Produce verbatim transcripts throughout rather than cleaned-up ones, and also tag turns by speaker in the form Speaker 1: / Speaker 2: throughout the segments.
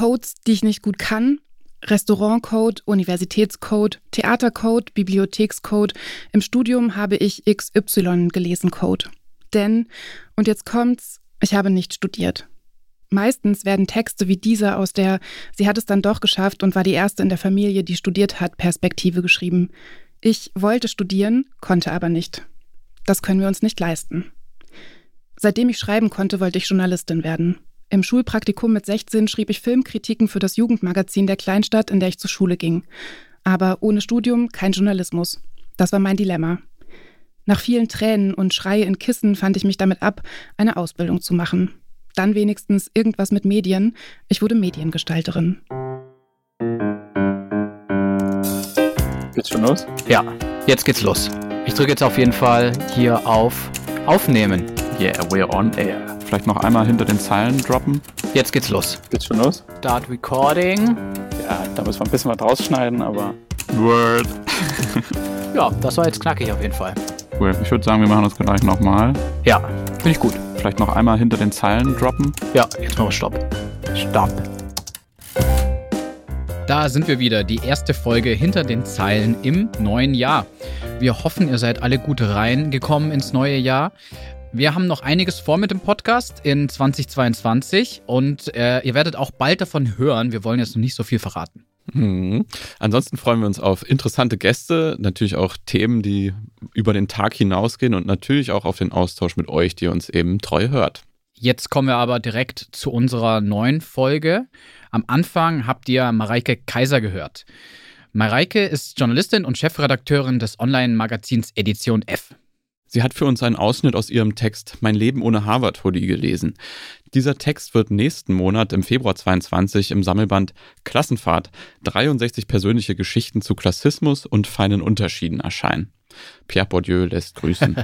Speaker 1: Codes, die ich nicht gut kann. Restaurantcode, Universitätscode, Theatercode, Bibliothekscode. Im Studium habe ich X Y gelesen Code. Denn, und jetzt kommt's, ich habe nicht studiert. Meistens werden Texte wie dieser aus der „Sie hat es dann doch geschafft und war die erste in der Familie, die studiert hat" Perspektive geschrieben. Ich wollte studieren, konnte aber nicht. Das können wir uns nicht leisten. Seitdem ich schreiben konnte, wollte ich Journalistin werden. Im Schulpraktikum mit sechzehn schrieb ich Filmkritiken für das Jugendmagazin der Kleinstadt, in der ich zur Schule ging. Aber ohne Studium kein Journalismus. Das war mein Dilemma. Nach vielen Tränen und Schreie in Kissen fand ich mich damit ab, eine Ausbildung zu machen. Dann wenigstens irgendwas mit Medien. Ich wurde Mediengestalterin.
Speaker 2: Geht's schon los?
Speaker 3: Ja, jetzt geht's los. Ich drücke jetzt auf jeden Fall hier auf Aufnehmen.
Speaker 2: Yeah, we're on air. Vielleicht noch einmal hinter den Zeilen droppen.
Speaker 3: Jetzt geht's los.
Speaker 2: Geht's schon los?
Speaker 3: Start Recording.
Speaker 2: Ja, da müssen wir ein bisschen was rausschneiden, aber... Word.
Speaker 3: Ja, das war jetzt knackig auf jeden Fall.
Speaker 2: Cool. Ich würde sagen, wir machen das gleich nochmal.
Speaker 3: Ja, finde ich gut.
Speaker 2: Vielleicht noch einmal hinter den Zeilen droppen.
Speaker 3: Ja, jetzt machen wir Stopp. Stopp. Da sind wir wieder, die erste Folge hinter den Zeilen im neuen Jahr. Wir hoffen, ihr seid alle gut reingekommen ins neue Jahr. Wir haben noch einiges vor mit dem Podcast in zweitausendzweiundzwanzig und äh, ihr werdet auch bald davon hören. Wir wollen jetzt noch nicht so viel verraten.
Speaker 2: Mhm. Ansonsten freuen wir uns auf interessante Gäste, natürlich auch Themen, die über den Tag hinausgehen und natürlich auch auf den Austausch mit euch, die uns eben treu hört.
Speaker 3: Jetzt kommen wir aber direkt zu unserer neuen Folge. Am Anfang habt ihr Mareike Kaiser gehört. Mareike ist Journalistin und Chefredakteurin des Online-Magazins Edition F.
Speaker 2: Sie hat für uns einen Ausschnitt aus ihrem Text Mein Leben ohne Harvard-Hoodie gelesen. Dieser Text wird nächsten Monat im Februar zweiundzwanzig im Sammelband Klassenfahrt dreiundsechzig persönliche Geschichten zu Klassismus und feinen Unterschieden erscheinen. Pierre Bourdieu lässt grüßen.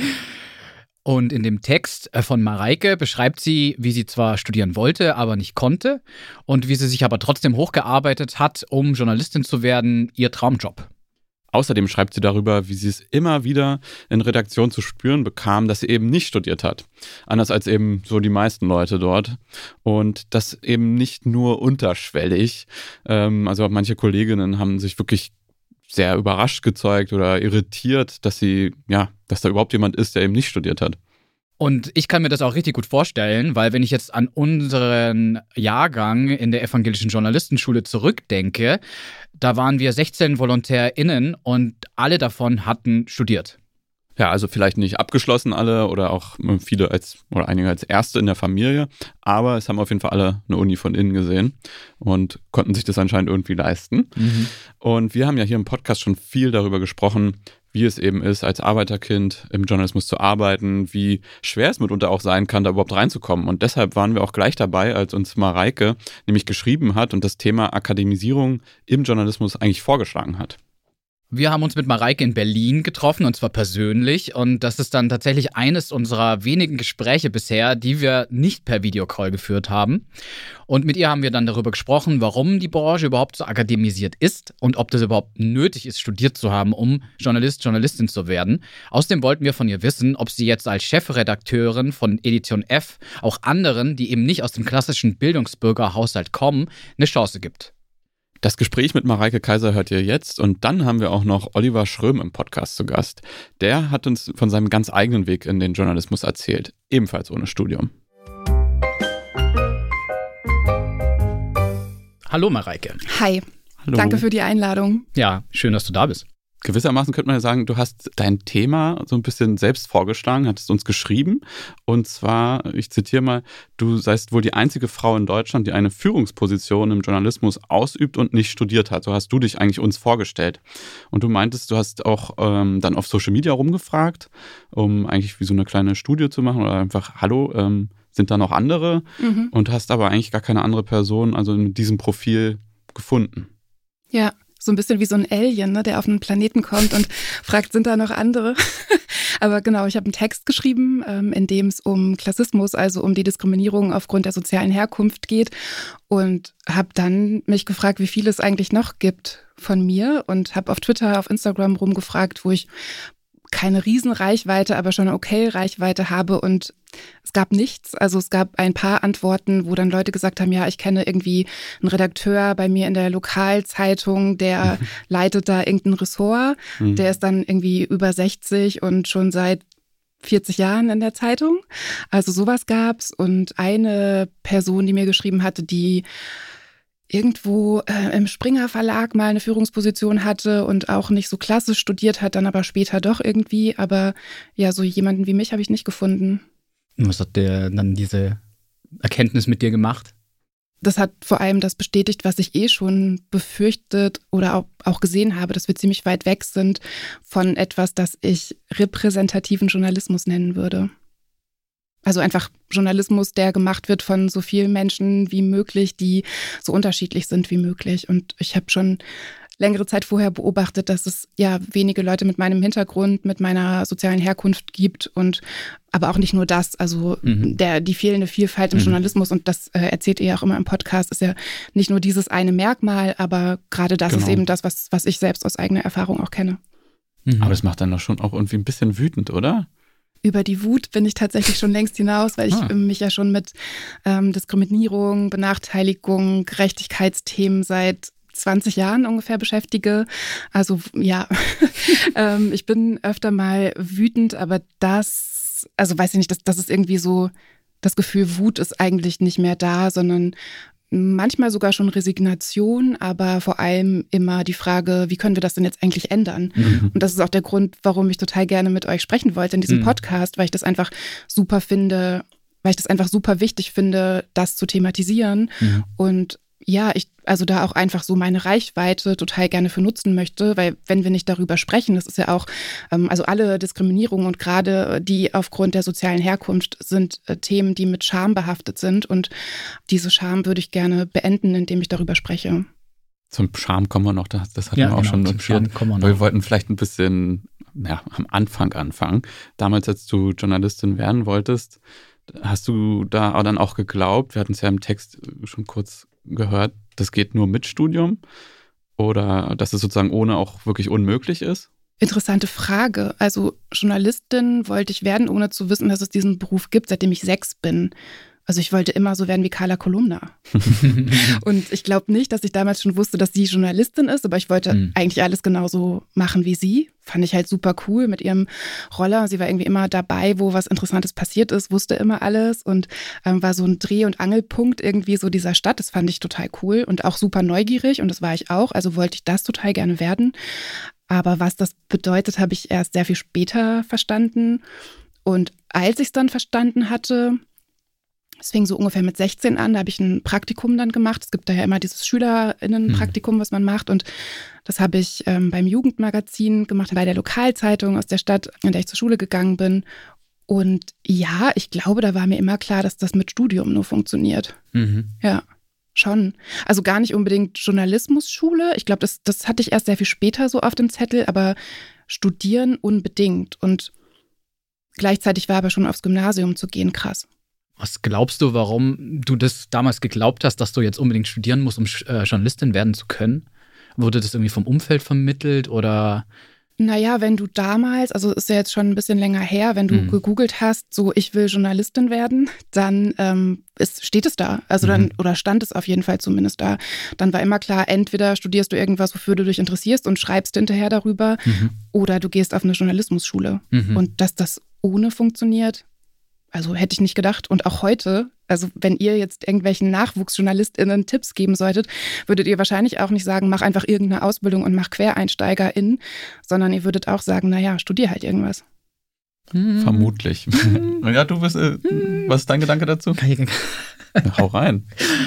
Speaker 3: Und in dem Text von Mareike beschreibt sie, wie sie zwar studieren wollte, aber nicht konnte und wie sie sich aber trotzdem hochgearbeitet hat, um Journalistin zu werden, ihr Traumjob.
Speaker 2: Außerdem schreibt sie darüber, wie sie es immer wieder in Redaktion zu spüren bekam, dass sie eben nicht studiert hat. Anders als eben so die meisten Leute dort. Und das eben nicht nur unterschwellig. Ähm, also manche Kolleginnen haben sich wirklich sehr überrascht gezeigt oder irritiert, dass sie, ja, dass da überhaupt jemand ist, der eben nicht studiert hat.
Speaker 3: Und ich kann mir das auch richtig gut vorstellen, weil wenn ich jetzt an unseren Jahrgang in der evangelischen Journalistenschule zurückdenke, da waren wir sechzehn VolontärInnen und alle davon hatten studiert.
Speaker 2: Ja, also vielleicht nicht abgeschlossen alle oder auch viele als oder einige als Erste in der Familie, aber es haben auf jeden Fall alle eine Uni von innen gesehen und konnten sich das anscheinend irgendwie leisten. Mhm. Und wir haben ja hier im Podcast schon viel darüber gesprochen, wie es eben ist, als Arbeiterkind im Journalismus zu arbeiten, wie schwer es mitunter auch sein kann, da überhaupt reinzukommen. Und deshalb waren wir auch gleich dabei, als uns Mareike nämlich geschrieben hat und das Thema Akademisierung im Journalismus eigentlich vorgeschlagen hat.
Speaker 3: Wir haben uns mit Mareike in Berlin getroffen, und zwar persönlich. Und das ist dann tatsächlich eines unserer wenigen Gespräche bisher, die wir nicht per Videocall geführt haben. Und mit ihr haben wir dann darüber gesprochen, warum die Branche überhaupt so akademisiert ist und ob das überhaupt nötig ist, studiert zu haben, um Journalist, Journalistin zu werden. Außerdem wollten wir von ihr wissen, ob sie jetzt als Chefredakteurin von Edition F auch anderen, die eben nicht aus dem klassischen Bildungsbürgerhaushalt kommen, eine Chance gibt.
Speaker 2: Das Gespräch mit Mareike Kaiser hört ihr jetzt und dann haben wir auch noch Oliver Schröm im Podcast zu Gast. Der hat uns von seinem ganz eigenen Weg in den Journalismus erzählt, ebenfalls ohne Studium.
Speaker 3: Hallo Mareike.
Speaker 1: Hi,
Speaker 2: Hallo.
Speaker 1: Danke für die Einladung.
Speaker 3: Ja, schön, dass du da bist.
Speaker 2: Gewissermaßen könnte man ja sagen, du hast dein Thema so ein bisschen selbst vorgeschlagen, hattest uns geschrieben. Und zwar, ich zitiere mal, du seist wohl die einzige Frau in Deutschland, die eine Führungsposition im Journalismus ausübt und nicht studiert hat. So hast du dich eigentlich uns vorgestellt. Und du meintest, du hast auch ähm, dann auf Social Media rumgefragt, um eigentlich wie so eine kleine Studie zu machen oder einfach, hallo, ähm, sind da noch andere? Mhm. Und hast aber eigentlich gar keine andere Person, also mit diesem Profil gefunden.
Speaker 1: Ja. So ein bisschen wie so ein Alien, ne, der auf einen Planeten kommt und fragt, sind da noch andere? Aber genau, ich habe einen Text geschrieben, ähm, in dem es um Klassismus, also um die Diskriminierung aufgrund der sozialen Herkunft geht und habe dann mich gefragt, wie viel es eigentlich noch gibt von mir und habe auf Twitter, auf Instagram rumgefragt, wo ich keine Riesenreichweite, aber schon eine okay Reichweite habe und es gab nichts. Also es gab ein paar Antworten, wo dann Leute gesagt haben, ja, ich kenne irgendwie einen Redakteur bei mir in der Lokalzeitung, der leitet da irgendein Ressort. Mhm. Der ist dann irgendwie über sechzig und schon seit vierzig Jahren in der Zeitung. Also sowas gab's. Und eine Person, die mir geschrieben hatte, die irgendwo äh, im Springer Verlag mal eine Führungsposition hatte und auch nicht so klassisch studiert hat, dann aber später doch irgendwie. Aber ja, so jemanden wie mich habe ich nicht gefunden.
Speaker 3: Was hat der dann diese Erkenntnis mit dir gemacht?
Speaker 1: Das hat vor allem das bestätigt, was ich eh schon befürchtet oder auch, auch gesehen habe, dass wir ziemlich weit weg sind von etwas, das ich repräsentativen Journalismus nennen würde. Also einfach Journalismus, der gemacht wird von so vielen Menschen wie möglich, die so unterschiedlich sind wie möglich. Und ich habe schon längere Zeit vorher beobachtet, dass es ja wenige Leute mit meinem Hintergrund, mit meiner sozialen Herkunft gibt und aber auch nicht nur das, also mhm. der die fehlende Vielfalt im mhm. Journalismus und das äh, erzählt ihr ja auch immer im Podcast, ist ja nicht nur dieses eine Merkmal, aber gerade das genau. ist eben das, was, was ich selbst aus eigener Erfahrung auch kenne.
Speaker 2: Mhm. Aber das macht dann doch schon auch irgendwie ein bisschen wütend, oder?
Speaker 1: Über die Wut bin ich tatsächlich schon längst hinaus, weil ich ah. mich ja schon mit ähm, Diskriminierung, Benachteiligung, Gerechtigkeitsthemen seit zwanzig Jahren ungefähr beschäftige. Also ja, ähm, ich bin öfter mal wütend, aber das, also weiß ich nicht, das, das ist irgendwie so, das Gefühl Wut ist eigentlich nicht mehr da, sondern manchmal sogar schon Resignation, aber vor allem immer die Frage, wie können wir das denn jetzt eigentlich ändern? Mhm. Und das ist auch der Grund, warum ich total gerne mit euch sprechen wollte in diesem mhm. Podcast, weil ich das einfach super finde, weil ich das einfach super wichtig finde, das zu thematisieren. Mhm. Und ja, ich also da auch einfach so meine Reichweite total gerne für nutzen möchte, weil wenn wir nicht darüber sprechen, das ist ja auch, ähm, also alle Diskriminierungen und gerade die aufgrund der sozialen Herkunft sind äh, Themen, die mit Scham behaftet sind und diese Scham würde ich gerne beenden, indem ich darüber spreche.
Speaker 2: Zum Scham kommen wir noch, das, das hatten
Speaker 3: ja,
Speaker 2: wir auch
Speaker 3: genau,
Speaker 2: schon notiert, wir, wir wollten vielleicht ein bisschen ja, am Anfang anfangen. Damals, als du Journalistin werden wolltest, hast du da dann auch geglaubt, wir hatten es ja im Text schon kurz gehört, das geht nur mit Studium oder dass es sozusagen ohne auch wirklich unmöglich ist?
Speaker 1: Interessante Frage. Also Journalistin wollte ich werden, ohne zu wissen, dass es diesen Beruf gibt, seitdem ich sechs bin. Also ich wollte immer so werden wie Carla Kolumna. Und ich glaube nicht, dass ich damals schon wusste, dass sie Journalistin ist, aber ich wollte mhm. eigentlich alles genauso machen wie sie. Fand ich halt super cool mit ihrem Roller. Sie war irgendwie immer dabei, wo was Interessantes passiert ist, wusste immer alles und ähm, war so ein Dreh- und Angelpunkt irgendwie so dieser Stadt. Das fand ich total cool und auch super neugierig und das war ich auch. Also wollte ich das total gerne werden. Aber was das bedeutet, habe ich erst sehr viel später verstanden. Und als ich es dann verstanden hatte, es fing so ungefähr mit sechzehn an, da habe ich ein Praktikum dann gemacht. Es gibt da ja immer dieses SchülerInnenpraktikum, was man macht. Und das habe ich ähm, beim Jugendmagazin gemacht, bei der Lokalzeitung aus der Stadt, in der ich zur Schule gegangen bin. Und ja, ich glaube, da war mir immer klar, dass das mit Studium nur funktioniert. Mhm. Ja, schon. Also gar nicht unbedingt Journalismusschule. Ich glaube, das, das hatte ich erst sehr viel später so auf dem Zettel, aber studieren unbedingt. Und gleichzeitig war aber schon aufs Gymnasium zu gehen krass.
Speaker 3: Was glaubst du, warum du das damals geglaubt hast, dass du jetzt unbedingt studieren musst, um äh, Journalistin werden zu können? Wurde das irgendwie vom Umfeld vermittelt oder?
Speaker 1: Naja, wenn du damals, also ist ja jetzt schon ein bisschen länger her, wenn du mhm. gegoogelt hast, so ich will Journalistin werden, dann ähm, ist, steht es da. Also dann, mhm. oder stand es auf jeden Fall zumindest da. Dann war immer klar, entweder studierst du irgendwas, wofür du dich interessierst und schreibst hinterher darüber, mhm. oder du gehst auf eine Journalismusschule. Mhm. Und dass das ohne funktioniert, also hätte ich nicht gedacht. Und auch heute, also wenn ihr jetzt irgendwelchen NachwuchsjournalistInnen Tipps geben solltet, würdet ihr wahrscheinlich auch nicht sagen, mach einfach irgendeine Ausbildung und mach QuereinsteigerInnen, sondern ihr würdet auch sagen, naja, studier halt irgendwas.
Speaker 2: Vermutlich. Ja, du bist, äh, was ist dein Gedanke dazu? Ja, hau rein.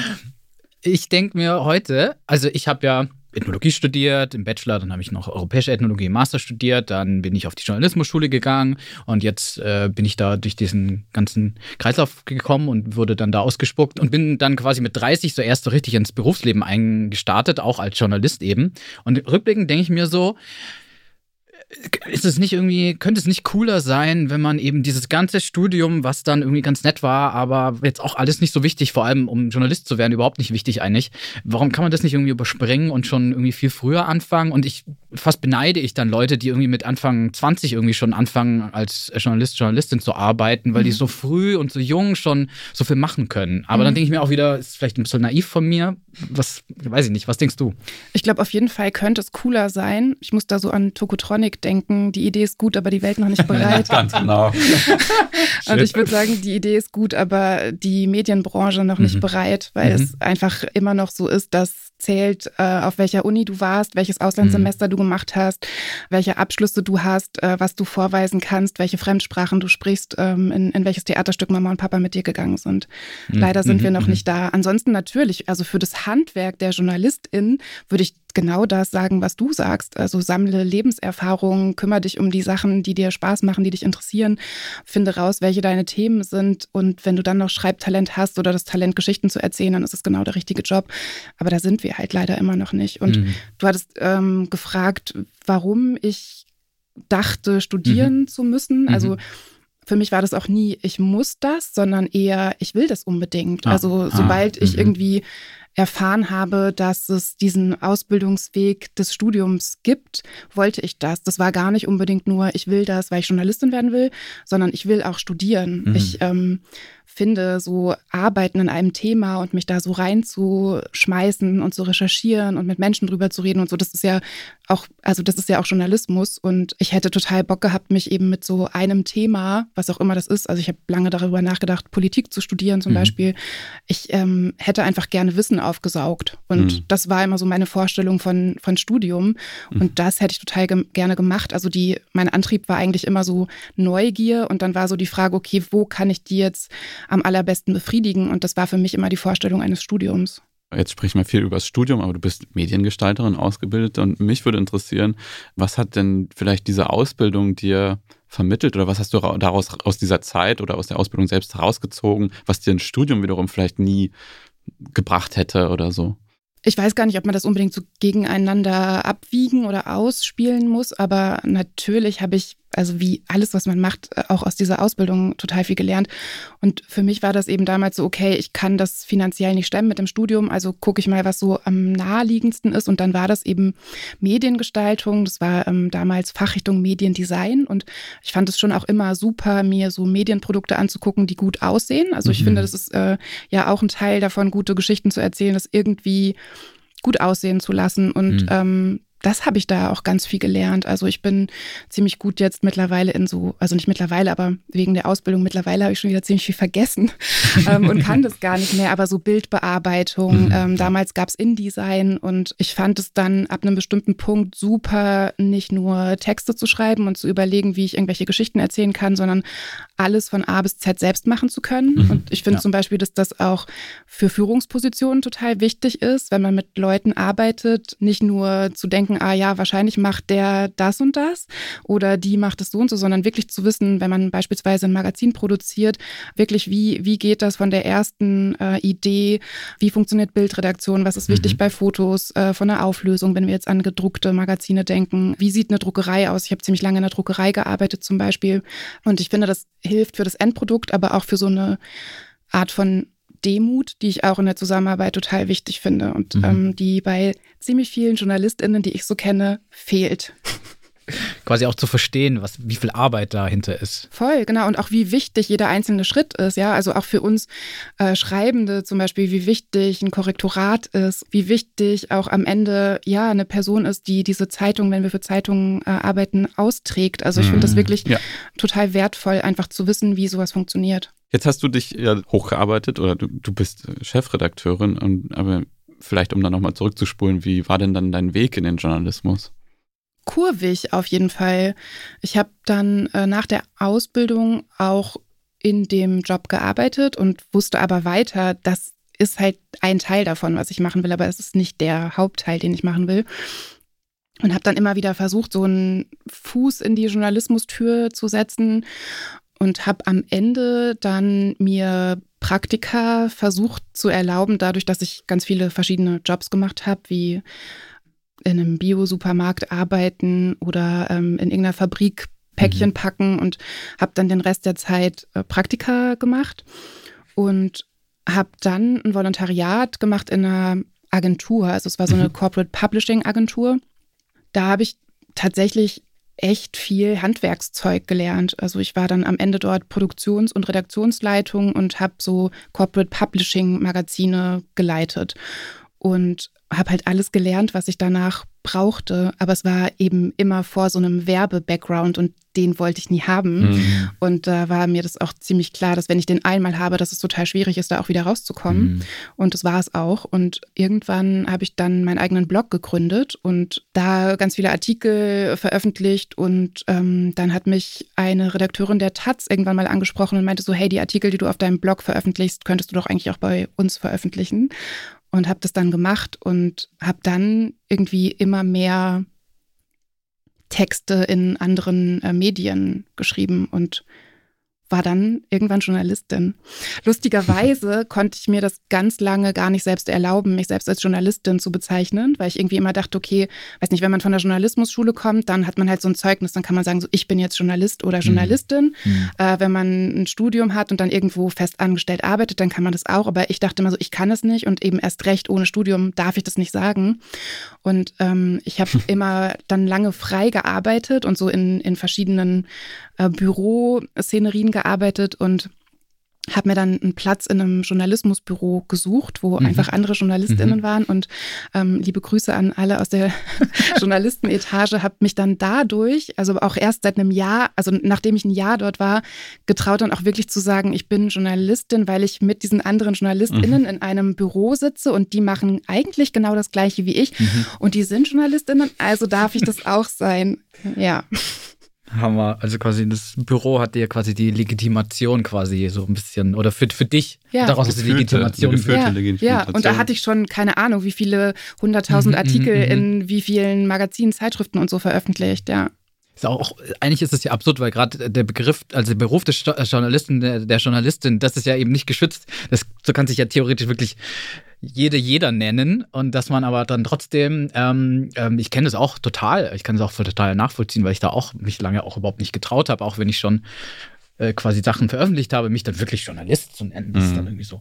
Speaker 3: Ich denke mir heute, also ich habe ja Ethnologie studiert, im Bachelor, dann habe ich noch europäische Ethnologie im Master studiert, dann bin ich auf die Journalismusschule gegangen und jetzt äh, bin ich da durch diesen ganzen Kreislauf gekommen und wurde dann da ausgespuckt und bin dann quasi mit dreißig so erst so richtig ins Berufsleben eingestartet, auch als Journalist eben. Und rückblickend denke ich mir so, ist es nicht irgendwie, könnte es nicht cooler sein, wenn man eben dieses ganze Studium, was dann irgendwie ganz nett war, aber jetzt auch alles nicht so wichtig, vor allem um Journalist zu werden, überhaupt nicht wichtig eigentlich. Warum kann man das nicht irgendwie überspringen und schon irgendwie viel früher anfangen? Und ich fast beneide ich dann Leute, die irgendwie mit Anfang zwanzig irgendwie schon anfangen, als Journalist, Journalistin zu arbeiten, weil mhm. die so früh und so jung schon so viel machen können. Aber mhm. dann denke ich mir auch wieder, ist vielleicht ein bisschen naiv von mir. Was, weiß ich nicht, was denkst du?
Speaker 1: Ich glaube, auf jeden Fall könnte es cooler sein. Ich muss da so an Tokotronic denken. Die Idee ist gut, aber die Welt noch nicht bereit.
Speaker 2: Ganz genau.
Speaker 1: Und ich würde sagen, die Idee ist gut, aber die Medienbranche noch nicht mhm. bereit, weil mhm. es einfach immer noch so ist, dass zählt, äh, auf welcher Uni du warst, welches Auslandssemester mhm. du gemacht hast, welche Abschlüsse du hast, äh, was du vorweisen kannst, welche Fremdsprachen du sprichst, ähm, in, in welches Theaterstück Mama und Papa mit dir gegangen sind. Mhm. Leider sind mhm. wir noch mhm. nicht da. Ansonsten natürlich, also für das Handwerk der JournalistInnen würde ich genau das sagen, was du sagst. Also sammle Lebenserfahrungen, kümmere dich um die Sachen, die dir Spaß machen, die dich interessieren. Finde raus, welche deine Themen sind. Und wenn du dann noch Schreibtalent hast oder das Talent, Geschichten zu erzählen, dann ist es genau der richtige Job. Aber da sind wir halt leider immer noch nicht. Und mhm. du hattest ähm, gefragt, warum ich dachte, studieren mhm. zu müssen. Also mhm. für mich war das auch nie, ich muss das, sondern eher, ich will das unbedingt. Ah. Also sobald ah. ich mhm. irgendwie erfahren habe, dass es diesen Ausbildungsweg des Studiums gibt, wollte ich das. Das war gar nicht unbedingt nur, ich will das, weil ich Journalistin werden will, sondern ich will auch studieren. Mhm. Ich ähm, finde, so arbeiten in einem Thema und mich da so reinzuschmeißen und zu recherchieren und mit Menschen drüber zu reden und so, das ist ja auch, also das ist ja auch Journalismus und ich hätte total Bock gehabt, mich eben mit so einem Thema, was auch immer das ist, also ich habe lange darüber nachgedacht, Politik zu studieren zum mhm. Beispiel. Ich ähm, hätte einfach gerne Wissen aufgesaugt und mhm. das war immer so meine Vorstellung von, von Studium mhm. und das hätte ich total ge- gerne gemacht. Also die, mein Antrieb war eigentlich immer so Neugier und dann war so die Frage, okay, wo kann ich die jetzt am allerbesten befriedigen und das war für mich immer die Vorstellung eines Studiums.
Speaker 2: Jetzt sprechen wir viel über das Studium, aber du bist Mediengestalterin ausgebildet und mich würde interessieren, was hat denn vielleicht diese Ausbildung dir vermittelt oder was hast du daraus aus dieser Zeit oder aus der Ausbildung selbst herausgezogen, was dir ein Studium wiederum vielleicht nie gebracht hätte oder so?
Speaker 1: Ich weiß gar nicht, ob man das unbedingt so gegeneinander abwiegen oder ausspielen muss, aber natürlich habe ich, also wie alles, was man macht, auch aus dieser Ausbildung total viel gelernt. Und für mich war das eben damals so, okay, ich kann das finanziell nicht stemmen mit dem Studium, also gucke ich mal, was so am naheliegendsten ist. Und dann war das eben Mediengestaltung, das war ähm, damals Fachrichtung Mediendesign. Und ich fand es schon auch immer super, mir so Medienprodukte anzugucken, die gut aussehen. Also ich mhm. finde, das ist äh, ja auch ein Teil davon, gute Geschichten zu erzählen, das irgendwie gut aussehen zu lassen. Und mhm. ähm, das habe ich da auch ganz viel gelernt. Also ich bin ziemlich gut jetzt mittlerweile in so, also nicht mittlerweile, aber wegen der Ausbildung mittlerweile habe ich schon wieder ziemlich viel vergessen ähm, und kann das gar nicht mehr. Aber so Bildbearbeitung, ähm, damals gab es InDesign und ich fand es dann ab einem bestimmten Punkt super, nicht nur Texte zu schreiben und zu überlegen, wie ich irgendwelche Geschichten erzählen kann, sondern alles von A bis Z selbst machen zu können. Mhm. Und ich finde ja. zum Beispiel, dass das auch für Führungspositionen total wichtig ist, wenn man mit Leuten arbeitet, nicht nur zu denken, ah ja, wahrscheinlich macht der das und das oder die macht es so und so, sondern wirklich zu wissen, wenn man beispielsweise ein Magazin produziert, wirklich wie, wie geht das von der ersten äh, Idee, wie funktioniert Bildredaktion, was ist wichtig mhm. bei Fotos, äh, von der Auflösung, wenn wir jetzt an gedruckte Magazine denken, wie sieht eine Druckerei aus? Ich habe ziemlich lange in der Druckerei gearbeitet zum Beispiel und ich finde, das hilft für das Endprodukt, aber auch für so eine Art von Demut, die ich auch in der Zusammenarbeit total wichtig finde und mhm. ähm, die bei ziemlich vielen JournalistInnen, die ich so kenne, fehlt.
Speaker 3: Quasi auch zu verstehen, was, wie viel Arbeit dahinter ist.
Speaker 1: Voll, genau. Und auch wie wichtig jeder einzelne Schritt ist. Ja, also auch für uns äh, Schreibende zum Beispiel, wie wichtig ein Korrektorat ist, wie wichtig auch am Ende ja eine Person ist, die diese Zeitung, wenn wir für Zeitungen äh, arbeiten, austrägt. Also ich mhm. finde das wirklich ja. total wertvoll, einfach zu wissen, wie sowas funktioniert.
Speaker 2: Jetzt hast du dich ja hochgearbeitet oder du, du bist Chefredakteurin, und, aber vielleicht, um dann nochmal zurückzuspulen, wie war denn dann dein Weg in den Journalismus?
Speaker 1: Kurvig auf jeden Fall. Ich habe dann äh, nach der Ausbildung auch in dem Job gearbeitet und wusste aber weiter, das ist halt ein Teil davon, was ich machen will, aber es ist nicht der Hauptteil, den ich machen will. Und habe dann immer wieder versucht, so einen Fuß in die Journalismustür zu setzen und habe am Ende dann mir Praktika versucht zu erlauben, dadurch, dass ich ganz viele verschiedene Jobs gemacht habe, wie in einem Bio-Supermarkt arbeiten oder ähm, in irgendeiner Fabrik Päckchen mhm. packen und habe dann den Rest der Zeit äh, Praktika gemacht und habe dann ein Volontariat gemacht in einer Agentur. Also es war so eine mhm. Corporate Publishing Agentur. Da habe ich tatsächlich echt viel Handwerkszeug gelernt. Also ich war dann am Ende dort Produktions- und Redaktionsleitung und habe so Corporate Publishing Magazine geleitet und habe halt alles gelernt, was ich danach brauchte. Aber es war eben immer vor so einem Werbe-Background und den wollte ich nie haben. Mhm. Und da war mir das auch ziemlich klar, dass wenn ich den einmal habe, dass es total schwierig ist, da auch wieder rauszukommen. Mhm. Und das war es auch. Und irgendwann habe ich dann meinen eigenen Blog gegründet und da ganz viele Artikel veröffentlicht. Und ähm, dann hat mich eine Redakteurin der Taz irgendwann mal angesprochen und meinte so, hey, die Artikel, die du auf deinem Blog veröffentlichst, könntest du doch eigentlich auch bei uns veröffentlichen. Und habe das dann gemacht und habe dann irgendwie immer mehr Texte in anderen äh, Medien geschrieben und war dann irgendwann Journalistin. Lustigerweise konnte ich mir das ganz lange gar nicht selbst erlauben, mich selbst als Journalistin zu bezeichnen, weil ich irgendwie immer dachte, okay, weiß nicht, wenn man von der Journalismusschule kommt, dann hat man halt so ein Zeugnis, dann kann man sagen, so ich bin jetzt Journalist oder Journalistin. Mhm. Äh, wenn man ein Studium hat und dann irgendwo fest angestellt arbeitet, dann kann man das auch, aber ich dachte immer so, ich kann es nicht und eben erst recht ohne Studium darf ich das nicht sagen. Und ähm, ich habe immer dann lange frei gearbeitet und so in, in verschiedenen äh, Büroszenerien gearbeitet und habe mir dann einen Platz in einem Journalismusbüro gesucht, wo mhm. einfach andere JournalistInnen mhm. waren und ähm, liebe Grüße an alle aus der Journalistenetage, habe mich dann dadurch, also auch erst seit einem Jahr, also nachdem ich ein Jahr dort war, getraut dann auch wirklich zu sagen, ich bin Journalistin, weil ich mit diesen anderen JournalistInnen mhm. in einem Büro sitze und die machen eigentlich genau das Gleiche wie ich mhm. und die sind JournalistInnen, also darf ich das auch sein. Ja.
Speaker 3: Hammer. Also quasi das Büro hat dir quasi die Legitimation quasi so ein bisschen, oder für, für dich
Speaker 1: ja.
Speaker 3: daraus ist die Legitimation.
Speaker 1: Ja, ja, und da hatte ich schon keine Ahnung, wie viele hunderttausend Artikel mhm, in wie vielen Magazinen, Zeitschriften und so veröffentlicht, ja.
Speaker 3: Ist auch, eigentlich ist es ja absurd, weil gerade der Begriff, also der Beruf des Journalisten, der, der Journalistin, das ist ja eben nicht geschützt. Das, so kann sich ja theoretisch wirklich jede, jeder nennen und dass man aber dann trotzdem, ähm, ähm, ich kenne das auch total, ich kann es auch total nachvollziehen, weil ich da auch mich lange auch überhaupt nicht getraut habe, auch wenn ich schon äh, quasi Sachen veröffentlicht habe, mich dann wirklich Journalist zu nennen, das mhm. ist dann irgendwie so.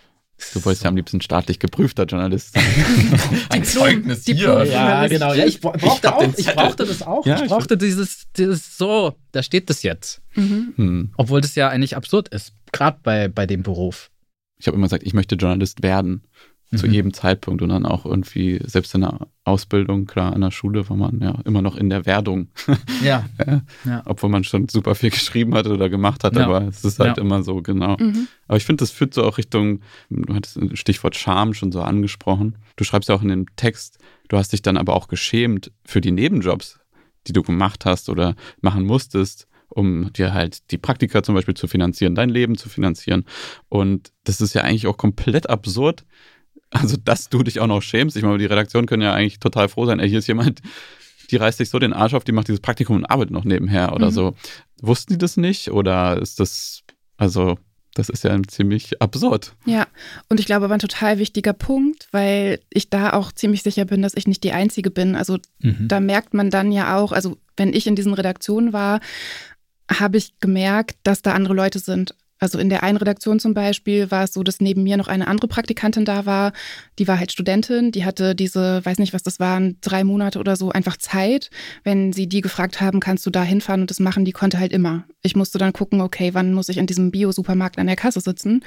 Speaker 2: Du wolltest so. ja am liebsten staatlich geprüfter Journalist sein.
Speaker 3: Ein Zeugnis hier. Ja, genau. Ja, ich brauchte, auch, ich brauchte das auch. Ja, ich brauchte ich dieses, dieses so, da steht das jetzt. Mhm. Hm. Obwohl das ja eigentlich absurd ist, gerade bei, bei dem Beruf.
Speaker 2: Ich habe immer gesagt, ich möchte Journalist werden. Mhm. Zu jedem Zeitpunkt und dann auch irgendwie, selbst in der Ausbildung, klar, an der Schule war man ja immer noch in der Werdung.
Speaker 3: Ja.
Speaker 2: ja.
Speaker 3: ja.
Speaker 2: Obwohl man schon super viel geschrieben hat oder gemacht hat, ja. aber es ist halt ja. immer so, genau. Mhm. Aber ich finde, das führt so auch Richtung, du hattest das Stichwort Scham schon so angesprochen. Du schreibst ja auch in dem Text, du hast dich dann aber auch geschämt für die Nebenjobs, die du gemacht hast oder machen musstest, um dir halt die Praktika zum Beispiel zu finanzieren, dein Leben zu finanzieren. Und das ist ja eigentlich auch komplett absurd. Also, dass du dich auch noch schämst. Ich meine, die Redaktion können ja eigentlich total froh sein. Ey, hier ist jemand, die reißt sich so den Arsch auf, die macht dieses Praktikum und arbeitet noch nebenher oder mhm. so. Wussten die das nicht? Oder ist das, also, das ist ja ziemlich absurd.
Speaker 1: Ja, und ich glaube, aber ein total wichtiger Punkt, weil ich da auch ziemlich sicher bin, dass ich nicht die Einzige bin. Also, mhm. da merkt man dann ja auch, also, wenn ich in diesen Redaktionen war, habe ich gemerkt, dass da andere Leute sind. Also in der einen Redaktion zum Beispiel war es so, dass neben mir noch eine andere Praktikantin da war. Die war halt Studentin, die hatte diese, weiß nicht, was das waren, drei Monate oder so einfach Zeit. Wenn sie die gefragt haben, kannst du da hinfahren und das machen, die konnte halt immer. Ich musste dann gucken, okay, wann muss ich in diesem Bio-Supermarkt an der Kasse sitzen?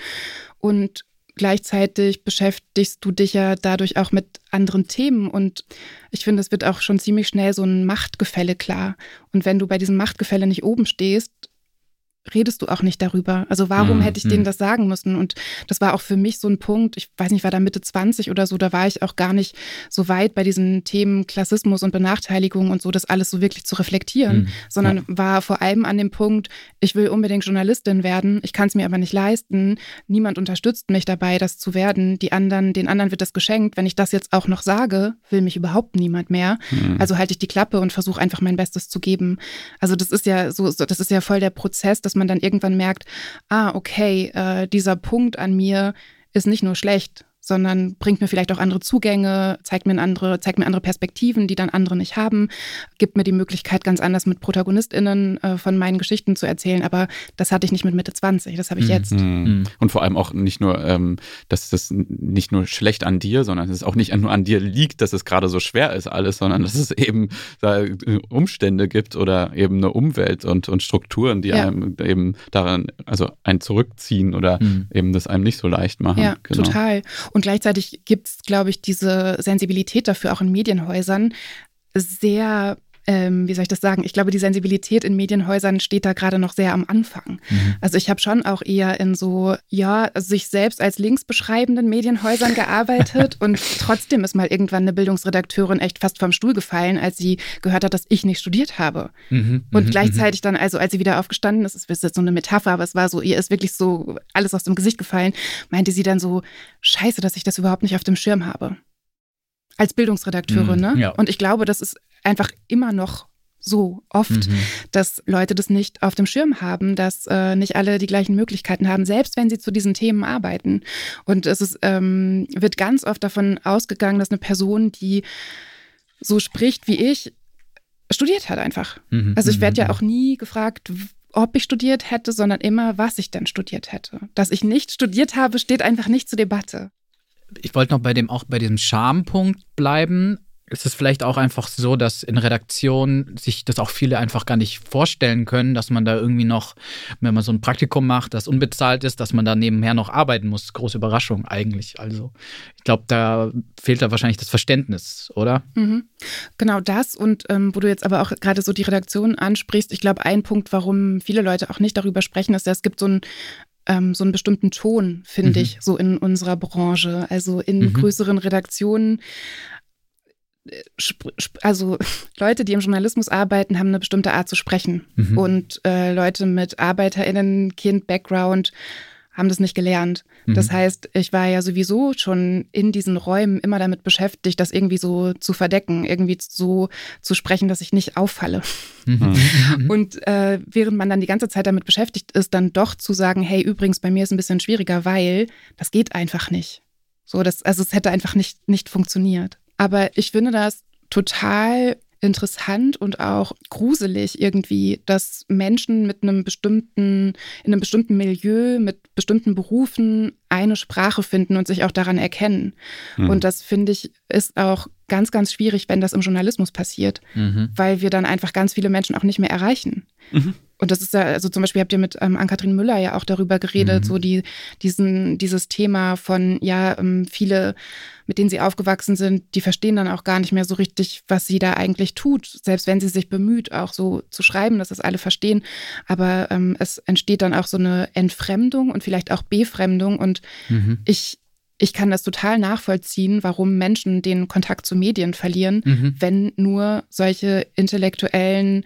Speaker 1: Und gleichzeitig beschäftigst du dich ja dadurch auch mit anderen Themen und ich finde, es wird auch schon ziemlich schnell so ein Machtgefälle klar. Und wenn du bei diesem Machtgefälle nicht oben stehst, redest du auch nicht darüber. Also warum mhm. hätte ich denen das sagen müssen? Und das war auch für mich so ein Punkt, ich weiß nicht, war da Mitte zwanzig oder so, da war ich auch gar nicht so weit bei diesen Themen Klassismus und Benachteiligung und so, das alles so wirklich zu reflektieren, mhm. sondern ja. war vor allem an dem Punkt, ich will unbedingt Journalistin werden, ich kann es mir aber nicht leisten, niemand unterstützt mich dabei, das zu werden, die anderen, den anderen wird das geschenkt, wenn ich das jetzt auch noch sage, will mich überhaupt niemand mehr. Mhm. Also halte ich die Klappe und versuche einfach mein Bestes zu geben. Also das ist ja so, das ist ja voll der Prozess, dass man dann irgendwann merkt, ah, okay, äh, dieser Punkt an mir ist nicht nur schlecht, sondern bringt mir vielleicht auch andere Zugänge, zeigt mir andere, zeigt mir andere Perspektiven, die dann andere nicht haben, gibt mir die Möglichkeit, ganz anders mit ProtagonistInnen äh, von meinen Geschichten zu erzählen. Aber das hatte ich nicht mit Mitte zwanzig, das habe ich jetzt.
Speaker 2: Mhm. Und vor allem auch nicht nur, ähm, dass das nicht nur schlecht an dir, sondern dass es auch nicht nur an dir liegt, dass es gerade so schwer ist alles, sondern dass es eben da Umstände gibt oder eben eine Umwelt und, und Strukturen, die ja. einem eben daran, also einen zurückziehen oder mhm. eben das einem nicht so leicht machen.
Speaker 1: Ja,
Speaker 2: genau.
Speaker 1: total. Und gleichzeitig gibt es, glaube ich, diese Sensibilität dafür auch in Medienhäusern sehr, ähm, wie soll ich das sagen? Ich glaube, die Sensibilität in Medienhäusern steht da gerade noch sehr am Anfang. Mhm. Also ich habe schon auch eher in so, ja, also sich selbst als links beschreibenden Medienhäusern gearbeitet und trotzdem ist mal irgendwann eine Bildungsredakteurin echt fast vom Stuhl gefallen, als sie gehört hat, dass ich nicht studiert habe. Mhm. Und mhm. gleichzeitig dann, also als sie wieder aufgestanden ist, das ist jetzt so eine Metapher, aber es war so, ihr ist wirklich so alles aus dem Gesicht gefallen, meinte sie dann so, scheiße, dass ich das überhaupt nicht auf dem Schirm habe. Als Bildungsredakteurin, mhm. ne? Ja. Und ich glaube, das ist einfach immer noch so oft, mhm. dass Leute das nicht auf dem Schirm haben, dass äh, nicht alle die gleichen Möglichkeiten haben, selbst wenn sie zu diesen Themen arbeiten. Und es ist, ähm, wird ganz oft davon ausgegangen, dass eine Person, die so spricht wie ich, studiert hat einfach. Mhm. Also ich werde ja auch nie gefragt, ob ich studiert hätte, sondern immer, was ich denn studiert hätte. Dass ich nicht studiert habe, steht einfach nicht zur Debatte.
Speaker 3: Ich wollte noch bei dem, auch bei diesem Schampunkt bleiben. Ist es vielleicht auch einfach so, dass in Redaktionen sich das auch viele einfach gar nicht vorstellen können, dass man da irgendwie noch, wenn man so ein Praktikum macht, das unbezahlt ist, dass man da nebenher noch arbeiten muss. Große Überraschung eigentlich. Also ich glaube, da fehlt da wahrscheinlich das Verständnis, oder?
Speaker 1: Mhm. Genau das und ähm, wo du jetzt aber auch gerade so die Redaktion ansprichst, ich glaube, ein Punkt, warum viele Leute auch nicht darüber sprechen, ist, dass es gibt so ein ähm, so einen bestimmten Ton, finde mhm. ich, so in unserer Branche. Also in mhm. größeren Redaktionen. Also Leute, die im Journalismus arbeiten, haben eine bestimmte Art zu sprechen. Mhm. Und äh, Leute mit ArbeiterInnen-Kind-Background haben das nicht gelernt. Mhm. Das heißt, ich war ja sowieso schon in diesen Räumen immer damit beschäftigt, das irgendwie so zu verdecken, irgendwie so zu sprechen, dass ich nicht auffalle. Mhm. Und äh, während man dann die ganze Zeit damit beschäftigt ist, dann doch zu sagen, hey, übrigens, bei mir ist ein bisschen schwieriger, weil das geht einfach nicht. So, das, also es hätte einfach nicht, nicht funktioniert. Aber ich finde das total interessant und auch gruselig irgendwie, dass Menschen mit einem bestimmten, in einem bestimmten Milieu, mit bestimmten Berufen eine Sprache finden und sich auch daran erkennen. Mhm. Und das, finde ich, ist auch ganz, ganz schwierig, wenn das im Journalismus passiert, mhm. weil wir dann einfach ganz viele Menschen auch nicht mehr erreichen. Mhm. Und das ist ja, also zum Beispiel habt ihr mit ähm, Ann-Kathrin Müller ja auch darüber geredet, mhm. so die, diesen, dieses Thema von, ja, ähm, viele, mit denen sie aufgewachsen sind, die verstehen dann auch gar nicht mehr so richtig, was sie da eigentlich tut, selbst wenn sie sich bemüht, auch so zu schreiben, dass das alle verstehen. Aber ähm, es entsteht dann auch so eine Entfremdung und vielleicht auch Befremdung. Und mhm. ich Ich kann das total nachvollziehen, warum Menschen den Kontakt zu Medien verlieren, mhm. wenn nur solche intellektuellen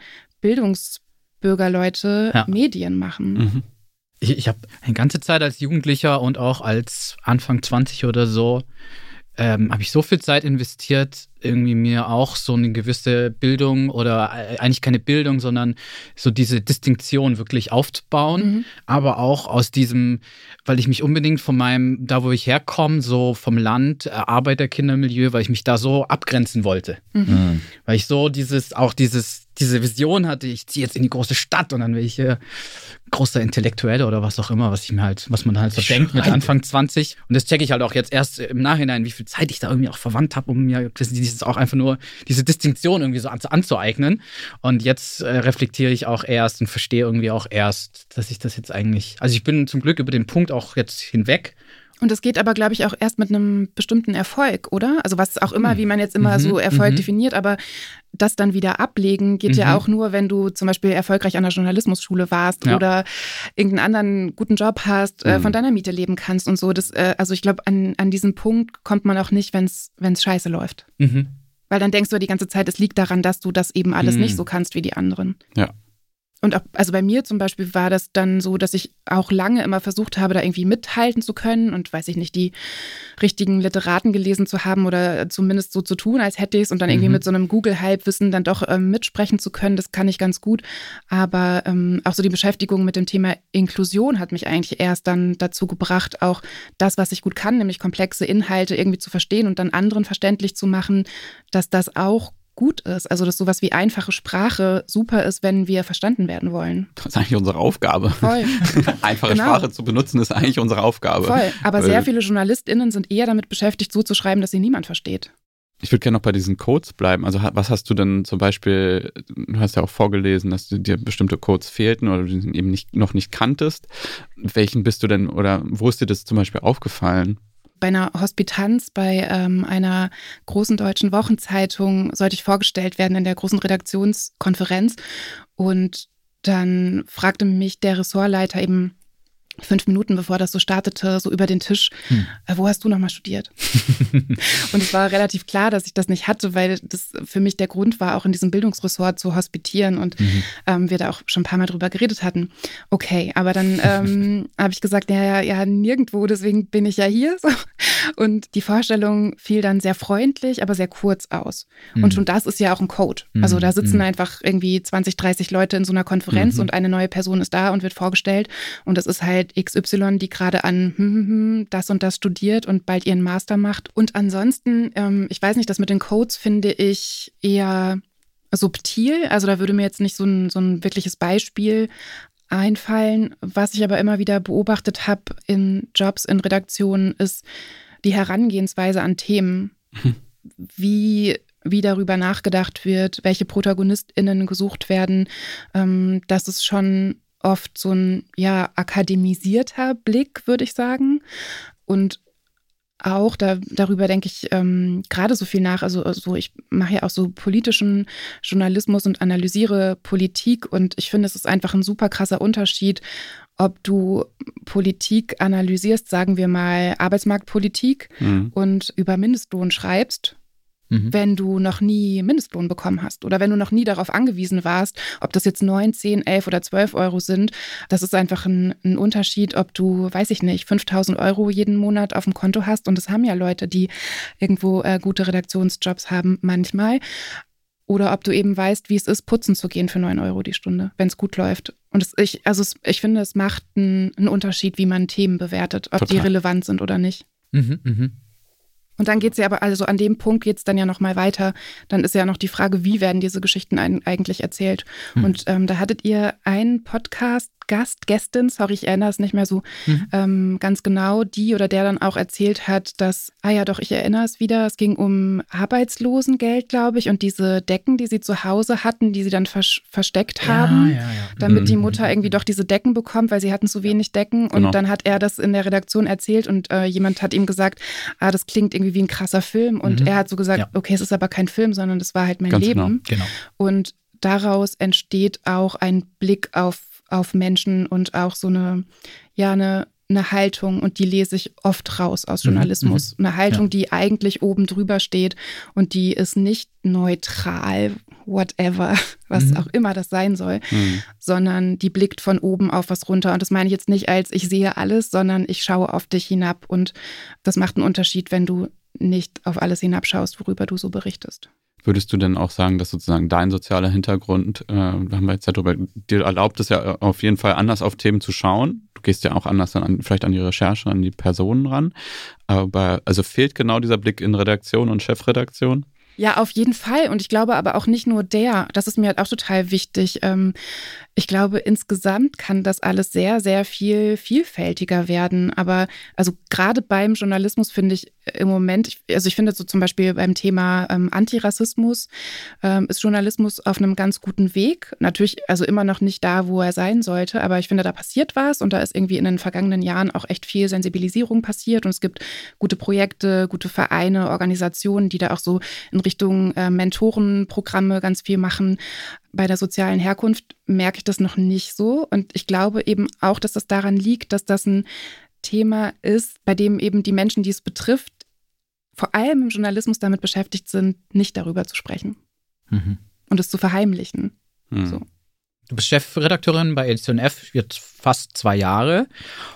Speaker 1: Bildungsbürgerleute ja. Medien machen.
Speaker 3: Mhm. Ich, ich habe eine ganze Zeit als Jugendlicher und auch als Anfang zwanzig oder so, ähm, habe ich so viel Zeit investiert, irgendwie mir auch so eine gewisse Bildung oder eigentlich keine Bildung, sondern so diese Distinktion wirklich aufzubauen. Mhm. Aber auch aus diesem, weil ich mich unbedingt von meinem, da wo ich herkomme, so vom Land, Arbeiterkindermilieu, weil ich mich da so abgrenzen wollte. Mhm. Weil ich so dieses, auch dieses, diese Vision hatte, ich ziehe jetzt in die große Stadt und dann will ich hier großer Intellektuelle oder was auch immer, was ich mir halt, was man halt so denkt mit Anfang zwanzig. Und das checke ich halt auch jetzt erst im Nachhinein, wie viel Zeit ich da irgendwie auch verwandt habe, um mir dieses auch einfach nur diese Distinktion irgendwie so anzueignen. Und jetzt äh, reflektiere ich auch erst und verstehe irgendwie auch erst, dass ich das jetzt eigentlich, also ich bin zum Glück über den Punkt auch jetzt hinweg.
Speaker 1: Und das geht aber, glaube ich, auch erst mit einem bestimmten Erfolg, oder? Also was auch immer, wie man jetzt immer mhm, so Erfolg mhm. definiert, aber das dann wieder ablegen geht mhm. ja auch nur, wenn du zum Beispiel erfolgreich an der Journalismusschule warst ja. oder irgendeinen anderen guten Job hast, mhm. äh, von deiner Miete leben kannst und so. Das, äh, also ich glaube, an, an diesen Punkt kommt man auch nicht, wenn es scheiße läuft. Mhm. Weil dann denkst du die ganze Zeit, es liegt daran, dass du das eben alles mhm. nicht so kannst wie die anderen.
Speaker 2: Ja.
Speaker 1: und auch, also bei mir zum Beispiel war das dann so, dass ich auch lange immer versucht habe, da irgendwie mithalten zu können und weiß ich nicht, die richtigen Literaten gelesen zu haben oder zumindest so zu tun, als hätte ich es und dann irgendwie mhm. mit so einem Google-Halbwissen dann doch ähm, mitsprechen zu können. Das kann ich ganz gut. Aber ähm, auch so die Beschäftigung mit dem Thema Inklusion hat mich eigentlich erst dann dazu gebracht, auch das, was ich gut kann, nämlich komplexe Inhalte irgendwie zu verstehen und dann anderen verständlich zu machen, dass das auch gut ist. Also, dass sowas wie einfache Sprache super ist, wenn wir verstanden werden wollen.
Speaker 2: Das ist eigentlich unsere Aufgabe.
Speaker 1: Voll.
Speaker 2: Einfache
Speaker 1: genau.
Speaker 2: Sprache zu benutzen ist eigentlich unsere Aufgabe.
Speaker 1: Voll. Aber sehr viele JournalistInnen sind eher damit beschäftigt, so zu schreiben, dass sie niemand versteht.
Speaker 2: Ich würde gerne noch bei diesen Codes bleiben. Also was hast du denn zum Beispiel, du hast ja auch vorgelesen, dass dir bestimmte Codes fehlten oder du sie eben nicht, noch nicht kanntest. Welchen bist du denn oder wo ist dir das zum Beispiel aufgefallen?
Speaker 1: Bei einer Hospitanz, bei ähm, einer großen deutschen Wochenzeitung sollte ich vorgestellt werden in der großen Redaktionskonferenz. Und dann fragte mich der Ressortleiter eben fünf Minuten bevor das so startete, so über den Tisch, hm. äh, wo hast du nochmal studiert? Und es war relativ klar, dass ich das nicht hatte, weil das für mich der Grund war, auch in diesem Bildungsressort zu hospitieren und mhm. ähm, wir da auch schon ein paar Mal drüber geredet hatten. Okay, aber dann ähm, habe ich gesagt, ja, ja, ja, nirgendwo, deswegen bin ich ja hier. So. Und die Vorstellung fiel dann sehr freundlich, aber sehr kurz aus. Mhm. Und schon das ist ja auch ein Code. Mhm. Also da sitzen mhm. einfach irgendwie zwanzig, dreißig Leute in so einer Konferenz mhm. und eine neue Person ist da und wird vorgestellt und das ist halt X Y, die gerade an hm, hm, hm, das und das studiert und bald ihren Master macht. Und ansonsten, ähm, ich weiß nicht, das mit den Codes finde ich eher subtil. Also da würde mir jetzt nicht so ein, so ein wirkliches Beispiel einfallen. Was ich aber immer wieder beobachtet habe in Jobs, in Redaktionen, ist die Herangehensweise an Themen. Hm. Wie wie darüber nachgedacht wird, welche ProtagonistInnen gesucht werden. Ähm, das ist schon oft so ein ja akademisierter Blick, würde ich sagen. Und auch da, darüber denke ich ähm, gerade so viel nach. Also, also ich mache ja auch so politischen Journalismus und analysiere Politik. Und ich finde, es ist einfach ein super krasser Unterschied, ob du Politik analysierst, sagen wir mal Arbeitsmarktpolitik mhm. und über Mindestlohn schreibst, wenn du noch nie Mindestlohn bekommen hast oder wenn du noch nie darauf angewiesen warst, ob das jetzt neun, zehn, elf oder zwölf Euro sind. Das ist einfach ein, ein Unterschied, ob du, weiß ich nicht, fünftausend Euro jeden Monat auf dem Konto hast. Und das haben ja Leute, die irgendwo äh, gute Redaktionsjobs haben manchmal. Oder ob du eben weißt, wie es ist, putzen zu gehen für neun Euro die Stunde, wenn es gut läuft. Und es, ich, also es, ich finde, es macht einen, einen Unterschied, wie man Themen bewertet, ob Total. Die relevant sind oder nicht.
Speaker 3: Mhm, mhm.
Speaker 1: Und dann geht es ja aber, also an dem Punkt geht es dann ja noch mal weiter. Dann ist ja noch die Frage, wie werden diese Geschichten eigentlich erzählt? Hm. Und ähm, da hattet ihr einen Podcast-Gast, Gästin, sorry, ich erinnere es nicht mehr so hm. ähm, ganz genau, die oder der dann auch erzählt hat, dass, ah ja doch, ich erinnere es wieder, es ging um Arbeitslosengeld, glaube ich, und diese Decken, die sie zu Hause hatten, die sie dann vers- versteckt haben,
Speaker 3: ja, ja, ja.
Speaker 1: damit
Speaker 3: mhm.
Speaker 1: die Mutter irgendwie doch diese Decken bekommt, weil sie hatten zu wenig Decken. Und
Speaker 2: genau.
Speaker 1: dann hat er das in der Redaktion erzählt und äh, jemand hat ihm gesagt, ah, das klingt irgendwie wie ein krasser Film. Und mhm. er hat so gesagt, ja. okay, es ist aber kein Film, sondern das war halt mein
Speaker 2: Ganz
Speaker 1: Leben.
Speaker 2: Genau.
Speaker 3: Genau.
Speaker 1: Und daraus entsteht auch ein Blick auf, auf Menschen und auch so eine, ja, eine, eine Haltung, und die lese ich oft raus aus Journalismus. Mhm. Eine Haltung, ja. die eigentlich oben drüber steht und die ist nicht neutral, whatever, was mhm. auch immer das sein soll, mhm. sondern die blickt von oben auf was runter. Und das meine ich jetzt nicht als ich sehe alles, sondern ich schaue auf dich hinab, und das macht einen Unterschied, wenn du nicht auf alles hinabschaust, worüber du so berichtest.
Speaker 2: Würdest du denn auch sagen, dass sozusagen dein sozialer Hintergrund, äh, da haben wir jetzt ja drüber, dir erlaubt es ja auf jeden Fall anders auf Themen zu schauen? Du gehst ja auch anders dann an, vielleicht an die Recherche, an die Personen ran. Aber also fehlt genau dieser Blick in Redaktion und Chefredaktion?
Speaker 1: Ja, auf jeden Fall. Und ich glaube aber auch nicht nur der. Das ist mir halt auch total wichtig. Ich glaube, insgesamt kann das alles sehr, sehr viel vielfältiger werden. Aber also gerade beim Journalismus finde ich im Moment, also ich finde so zum Beispiel beim Thema ähm, Antirassismus ähm, ist Journalismus auf einem ganz guten Weg. Natürlich also immer noch nicht da, wo er sein sollte. Aber ich finde, da passiert was. Und da ist irgendwie in den vergangenen Jahren auch echt viel Sensibilisierung passiert. Und es gibt gute Projekte, gute Vereine, Organisationen, die da auch so in Richtung äh, Mentorenprogramme ganz viel machen. Bei der sozialen Herkunft merke ich das noch nicht so. Und ich glaube eben auch, dass das daran liegt, dass das ein Thema ist, bei dem eben die Menschen, die es betrifft, vor allem im Journalismus damit beschäftigt sind, nicht darüber zu sprechen mhm. und es zu verheimlichen. Mhm. So.
Speaker 3: Du bist Chefredakteurin bei Edition F jetzt fast zwei Jahre.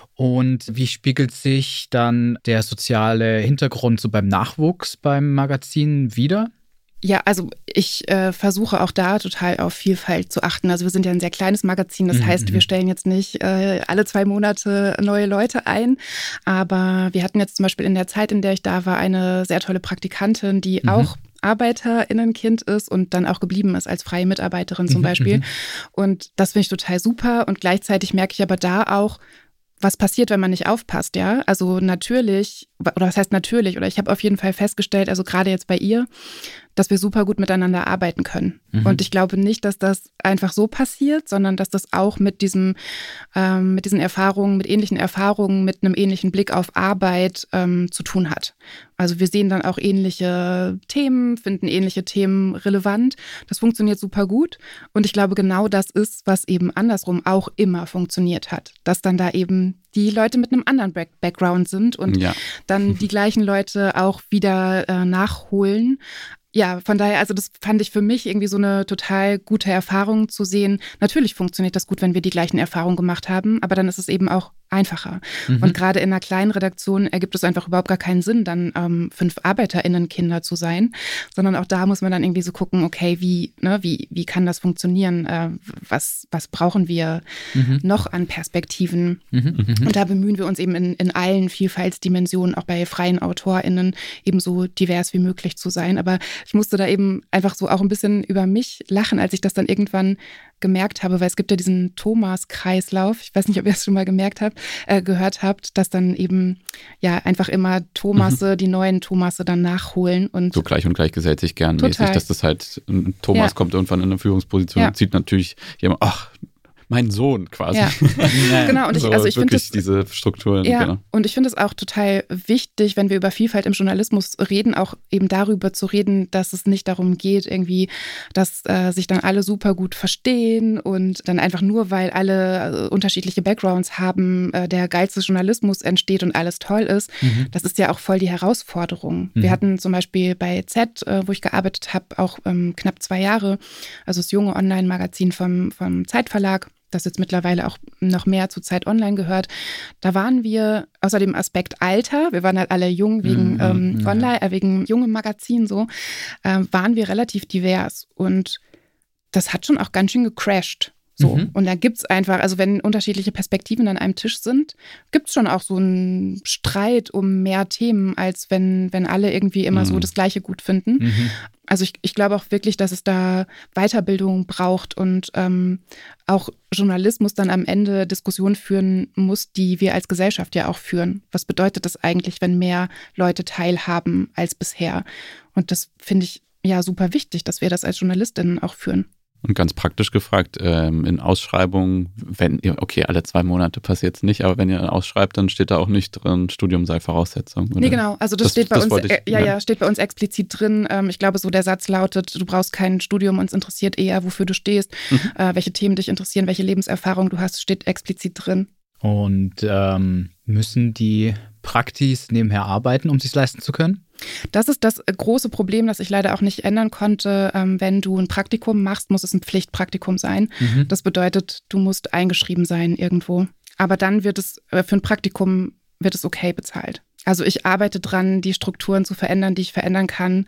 Speaker 3: Und wie spiegelt sich dann der soziale Hintergrund so beim Nachwuchs beim Magazin wider?
Speaker 1: Ja, also ich äh, versuche auch da total auf Vielfalt zu achten. Also wir sind ja ein sehr kleines Magazin, das mhm. heißt, wir stellen jetzt nicht äh, alle zwei Monate neue Leute ein. Aber wir hatten jetzt zum Beispiel in der Zeit, in der ich da war, eine sehr tolle Praktikantin, die mhm. auch ArbeiterInnenkind ist und dann auch geblieben ist als freie Mitarbeiterin zum Beispiel. Mhm. Und das finde ich total super. Und gleichzeitig merke ich aber da auch, was passiert, wenn man nicht aufpasst, ja? Also natürlich, oder was heißt natürlich, oder ich habe auf jeden Fall festgestellt, also gerade jetzt bei ihr, dass wir super gut miteinander arbeiten können. Mhm. Und ich glaube nicht, dass das einfach so passiert, sondern dass das auch mit diesem, ähm, mit diesen Erfahrungen, mit ähnlichen Erfahrungen, mit einem ähnlichen Blick auf Arbeit ähm, zu tun hat. Also wir sehen dann auch ähnliche Themen, finden ähnliche Themen relevant. Das funktioniert super gut. Und ich glaube, genau das ist, was eben andersrum auch immer funktioniert hat. Dass dann da eben die Leute mit einem anderen Background sind und ja. dann die gleichen Leute auch wieder äh, nachholen. Ja, von daher, also das fand ich für mich irgendwie so eine total gute Erfahrung zu sehen. Natürlich funktioniert das gut, wenn wir die gleichen Erfahrungen gemacht haben, aber dann ist es eben auch einfacher. Mhm. Und gerade in einer kleinen Redaktion ergibt es einfach überhaupt gar keinen Sinn, dann ähm, fünf ArbeiterInnen-Kinder zu sein, sondern auch da muss man dann irgendwie so gucken, okay, wie, ne, wie, wie kann das funktionieren? Äh, was, was brauchen wir mhm. noch an Perspektiven? Mhm. Und da bemühen wir uns eben in, in allen Vielfaltsdimensionen, auch bei freien AutorInnen, eben so divers wie möglich zu sein. Aber ich musste da eben einfach so auch ein bisschen über mich lachen, als ich das dann irgendwann gemerkt habe, weil es gibt ja diesen Thomas-Kreislauf, ich weiß nicht, ob ihr das schon mal gemerkt habt, äh, gehört habt, dass dann eben ja einfach immer Thomasse, mhm. die neuen Thomasse dann nachholen. Und
Speaker 2: so gleich und gleich gesellt sich gern total. Mäßig, dass das halt, Thomas ja. kommt irgendwann in eine Führungsposition ja. und sieht natürlich jemand, ach, mein Sohn quasi.
Speaker 1: Ja, genau. Und ich,
Speaker 2: so
Speaker 1: also ich finde
Speaker 2: das, diese Strukturen.
Speaker 1: Ja,
Speaker 2: genau.
Speaker 1: Und ich finde es auch total wichtig, wenn wir über Vielfalt im Journalismus reden, auch eben darüber zu reden, dass es nicht darum geht, irgendwie, dass äh, sich dann alle super gut verstehen und dann einfach nur, weil alle äh, unterschiedliche Backgrounds haben, äh, der geilste Journalismus entsteht und alles toll ist. Mhm. Das ist ja auch voll die Herausforderung. Mhm. Wir hatten zum Beispiel bei Z, äh, wo ich gearbeitet habe, auch ähm, knapp zwei Jahre, also das junge Online-Magazin vom, vom Zeitverlag, das jetzt mittlerweile auch noch mehr zu Zeit Online gehört. Da waren wir außer dem Aspekt Alter, wir waren halt alle jung wegen mhm, ähm, ja. Online, äh, wegen jungem Magazin so, äh, waren wir relativ divers. Und das hat schon auch ganz schön gecrashed. So. Mhm. Und da gibt's einfach, also wenn unterschiedliche Perspektiven an einem Tisch sind, gibt's schon auch so einen Streit um mehr Themen, als wenn, wenn alle irgendwie immer mhm. so das Gleiche gut finden. Mhm. Also ich, ich glaube auch wirklich, dass es da Weiterbildung braucht und ähm, auch Journalismus dann am Ende Diskussionen führen muss, die wir als Gesellschaft ja auch führen. Was bedeutet das eigentlich, wenn mehr Leute teilhaben als bisher? Und das finde ich ja super wichtig, dass wir das als JournalistInnen auch führen.
Speaker 2: Und ganz praktisch gefragt, ähm, in Ausschreibungen, wenn ihr, okay, alle zwei Monate passiert es nicht, aber wenn ihr ausschreibt, dann steht da auch nicht drin, Studium sei Voraussetzung. Oder?
Speaker 1: Nee, genau. Also das, das steht bei das uns, ich, äh, ja, ja, steht bei uns explizit drin. Ähm, ich glaube, so der Satz lautet, du brauchst kein Studium, uns interessiert eher, wofür du stehst, mhm. äh, welche Themen dich interessieren, welche Lebenserfahrung du hast, steht explizit drin.
Speaker 3: Und ähm, müssen die Praktis nebenher arbeiten, um es sich leisten zu können?
Speaker 1: Das ist das große Problem, das ich leider auch nicht ändern konnte. Wenn du ein Praktikum machst, muss es ein Pflichtpraktikum sein. Mhm. Das bedeutet, du musst eingeschrieben sein irgendwo. Aber dann wird es, für ein Praktikum wird es okay bezahlt. Also ich arbeite dran, die Strukturen zu verändern, die ich verändern kann.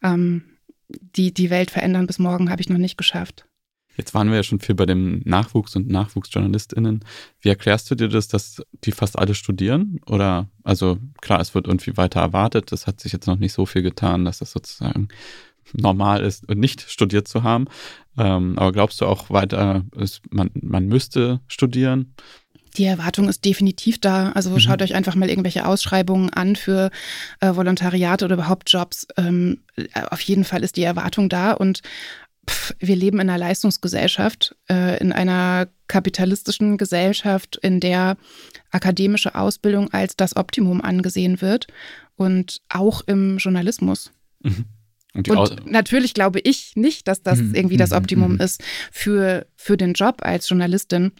Speaker 1: Die, die Welt verändern bis morgen habe ich noch nicht geschafft.
Speaker 2: Jetzt waren wir ja schon viel bei dem Nachwuchs und NachwuchsjournalistInnen. Wie erklärst du dir das, dass die fast alle studieren? Oder, also klar, es wird irgendwie weiter erwartet. Es hat sich jetzt noch nicht so viel getan, dass das sozusagen normal ist, nicht studiert zu haben. Ähm, aber glaubst du auch weiter, es, man, man müsste studieren?
Speaker 1: Die Erwartung ist definitiv da. Also mhm. schaut euch einfach mal irgendwelche Ausschreibungen an für äh, Volontariate oder überhaupt Jobs. Ähm, auf jeden Fall ist die Erwartung da und wir leben in einer Leistungsgesellschaft, äh, in einer kapitalistischen Gesellschaft, in der akademische Ausbildung als das Optimum angesehen wird und auch im Journalismus. Mhm. Und, und natürlich glaube ich nicht, dass das mhm. irgendwie das Optimum mhm. ist für, für den Job als Journalistin.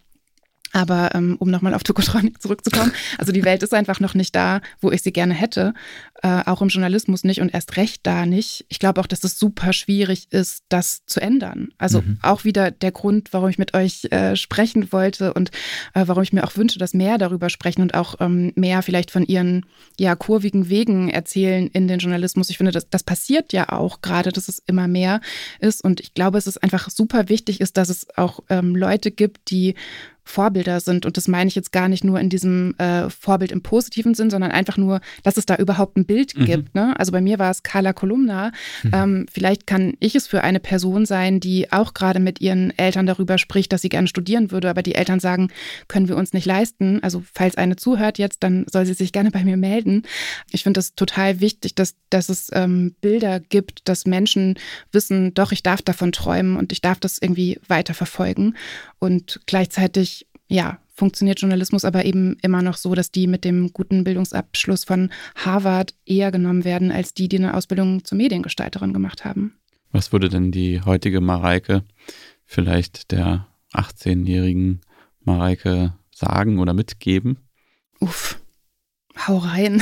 Speaker 1: Aber ähm, um nochmal auf Tokotronic zurückzukommen, also die Welt ist einfach noch nicht da, wo ich sie gerne hätte. Äh, auch im Journalismus nicht und erst recht da nicht. Ich glaube auch, dass es super schwierig ist, das zu ändern. Also mhm. auch wieder der Grund, warum ich mit euch äh, sprechen wollte und äh, warum ich mir auch wünsche, dass mehr darüber sprechen und auch ähm, mehr vielleicht von ihren ja kurvigen Wegen erzählen in den Journalismus. Ich finde, das, das passiert ja auch gerade, dass es immer mehr ist und ich glaube, es ist einfach super wichtig ist, dass es auch ähm, Leute gibt, die Vorbilder sind. Und das meine ich jetzt gar nicht nur in diesem äh, Vorbild im positiven Sinn, sondern einfach nur, dass es da überhaupt ein Bild mhm. gibt. Ne? Also bei mir war es Carla Kolumna. Mhm. Ähm, vielleicht kann ich es für eine Person sein, die auch gerade mit ihren Eltern darüber spricht, dass sie gerne studieren würde, aber die Eltern sagen, können wir uns nicht leisten. Also falls eine zuhört jetzt, dann soll sie sich gerne bei mir melden. Ich finde es total wichtig, dass, dass es ähm, Bilder gibt, dass Menschen wissen, doch, ich darf davon träumen und ich darf das irgendwie weiterverfolgen. Und gleichzeitig, ja, funktioniert Journalismus aber eben immer noch so, dass die mit dem guten Bildungsabschluss von Harvard eher genommen werden, als die, die eine Ausbildung zur Mediengestalterin gemacht haben.
Speaker 2: Was würde denn die heutige Mareike vielleicht der achtzehnjährigen Mareike sagen oder mitgeben?
Speaker 1: Uff, hau rein.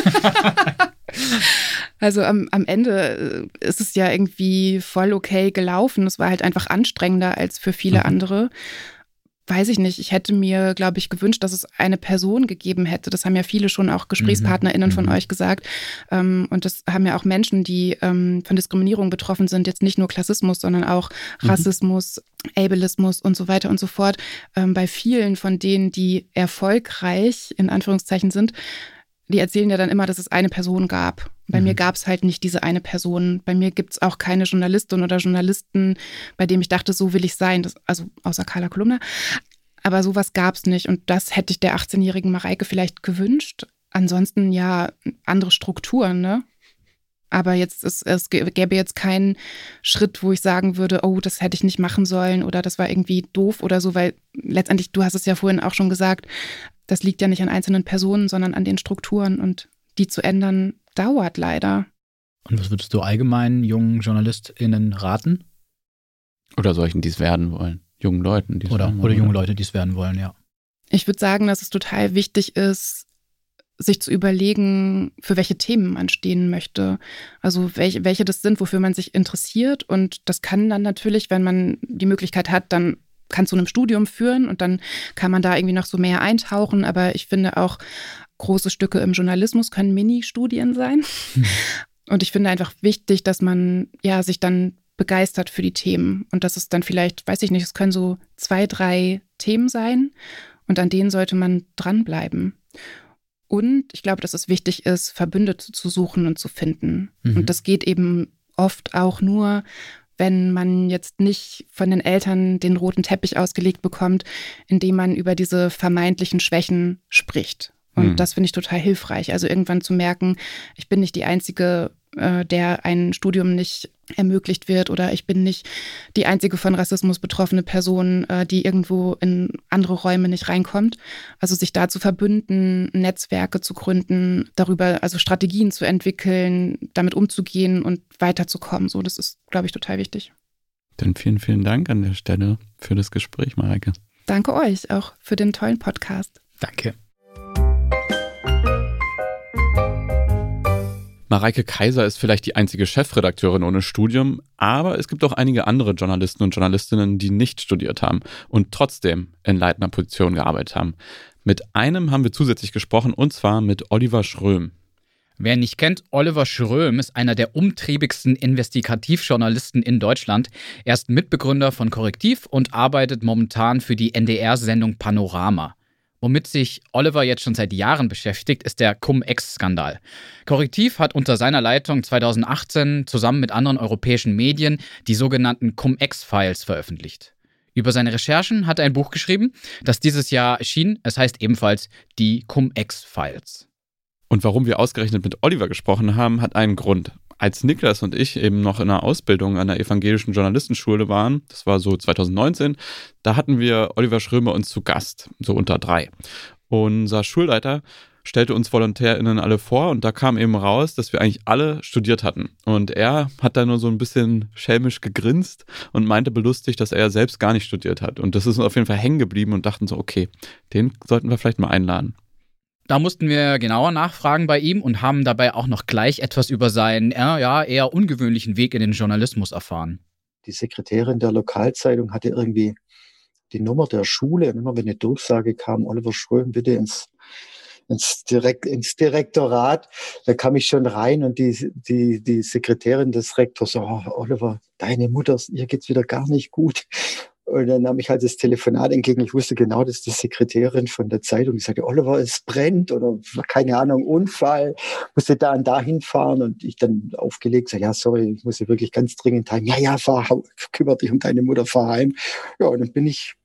Speaker 1: Also am, am Ende ist es ja irgendwie voll okay gelaufen. Es war halt einfach anstrengender als für viele mhm. andere. Weiß ich nicht. Ich hätte mir, glaube ich, gewünscht, dass es eine Person gegeben hätte. Das haben ja viele schon auch GesprächspartnerInnen mhm. von euch gesagt. Und das haben ja auch Menschen, die von Diskriminierung betroffen sind. Jetzt nicht nur Klassismus, sondern auch Rassismus, mhm. Ableismus und so weiter und so fort. Bei vielen von denen, die erfolgreich in Anführungszeichen sind, die erzählen ja dann immer, dass es eine Person gab. Bei mhm. mir gab es halt nicht diese eine Person. Bei mir gibt es auch keine Journalistin oder Journalisten, bei dem ich dachte, so will ich sein. Das, also außer Carla Kolumna. Aber sowas gab es nicht. Und das hätte ich der achtzehnjährigen Mareike vielleicht gewünscht. Ansonsten ja andere Strukturen, ne? Aber jetzt ist, es gäbe jetzt keinen Schritt, wo ich sagen würde, oh, das hätte ich nicht machen sollen oder das war irgendwie doof oder so, weil letztendlich, du hast es ja vorhin auch schon gesagt, das liegt ja nicht an einzelnen Personen, sondern an den Strukturen und die zu ändern, dauert leider.
Speaker 3: Und was würdest du allgemein jungen JournalistInnen raten?
Speaker 2: Oder solchen, die es werden wollen. Jungen Leuten, die es
Speaker 3: oder,
Speaker 2: werden wollen.
Speaker 3: Oder junge Leute, die es werden wollen, ja.
Speaker 1: Ich würde sagen, dass es total wichtig ist, sich zu überlegen, für welche Themen man stehen möchte. Also welche, welche das sind, wofür man sich interessiert. Und das kann dann natürlich, wenn man die Möglichkeit hat, dann kann zu einem Studium führen und dann kann man da irgendwie noch so mehr eintauchen. Aber ich finde auch, große Stücke im Journalismus können Mini-Studien sein. Hm. Und ich finde einfach wichtig, dass man ja sich dann begeistert für die Themen. Und das ist dann vielleicht, weiß ich nicht, es können so zwei, drei Themen sein. Und an denen sollte man dranbleiben. Und ich glaube, dass es wichtig ist, Verbündete zu suchen und zu finden. Mhm. Und das geht eben oft auch nur, wenn man jetzt nicht von den Eltern den roten Teppich ausgelegt bekommt, indem man über diese vermeintlichen Schwächen spricht. Und mhm. das finde ich total hilfreich. Also irgendwann zu merken, ich bin nicht die Einzige, äh, der ein Studium nicht ermöglicht wird oder ich bin nicht die einzige von Rassismus betroffene Person, äh, die irgendwo in andere Räume nicht reinkommt. Also sich da zu verbünden, Netzwerke zu gründen, darüber also Strategien zu entwickeln, damit umzugehen und weiterzukommen. So, das ist, glaube ich, total wichtig.
Speaker 2: Dann vielen, vielen Dank an der Stelle für das Gespräch, Mareike.
Speaker 1: Danke euch auch für den tollen Podcast.
Speaker 3: Danke.
Speaker 2: Mareike Kaiser ist vielleicht die einzige Chefredakteurin ohne Studium, aber es gibt auch einige andere Journalisten und Journalistinnen, die nicht studiert haben und trotzdem in leitender Position gearbeitet haben. Mit einem haben wir zusätzlich gesprochen und zwar mit Oliver Schröm.
Speaker 3: Wer ihn nicht kennt, Oliver Schröm ist einer der umtriebigsten Investigativjournalisten in Deutschland. Er ist Mitbegründer von Korrektiv und arbeitet momentan für die N D R-Sendung Panorama. Womit sich Oliver jetzt schon seit Jahren beschäftigt, ist der Cum-Ex-Skandal. Korrektiv hat unter seiner Leitung zweitausendachtzehn zusammen mit anderen europäischen Medien die sogenannten Cum-Ex-Files veröffentlicht. Über seine Recherchen hat er ein Buch geschrieben, das dieses Jahr erschien. Es heißt ebenfalls die Cum-Ex-Files.
Speaker 2: Und warum wir ausgerechnet mit Oliver gesprochen haben, hat einen Grund. Als Niklas und ich eben noch in einer Ausbildung an der evangelischen Journalistenschule waren, das war so zweitausendneunzehn, da hatten wir Oliver Schröm bei uns zu Gast, so unter drei. Unser Schulleiter stellte uns VolontärInnen alle vor und da kam eben raus, dass wir eigentlich alle studiert hatten. Und er hat da nur so ein bisschen schelmisch gegrinst und meinte belustigt, dass er selbst gar nicht studiert hat. Und das ist uns auf jeden Fall hängen geblieben und dachten so, okay, den sollten wir vielleicht mal einladen.
Speaker 3: Da mussten wir genauer nachfragen bei ihm und haben dabei auch noch gleich etwas über seinen äh, ja, eher ungewöhnlichen Weg in den Journalismus erfahren.
Speaker 4: Die Sekretärin der Lokalzeitung hatte irgendwie die Nummer der Schule und immer wenn eine Durchsage kam, Oliver Schröm, bitte ins, ins, Direkt, ins Direktorat, da kam ich schon rein und die, die, die Sekretärin des Rektors so, oh, Oliver, deine Mutter, ihr geht's wieder gar nicht gut. Und dann nahm ich halt das Telefonat entgegen. Ich wusste genau, das ist die Sekretärin von der Zeitung. Ich sagte, Oliver, es brennt oder keine Ahnung, Unfall. Musste da und da hinfahren und ich dann aufgelegt, sage, ja, sorry, ich muss hier wirklich ganz dringend heim. Ja, ja, fahr, kümmere dich um deine Mutter, fahr heim. Ja, und dann bin ich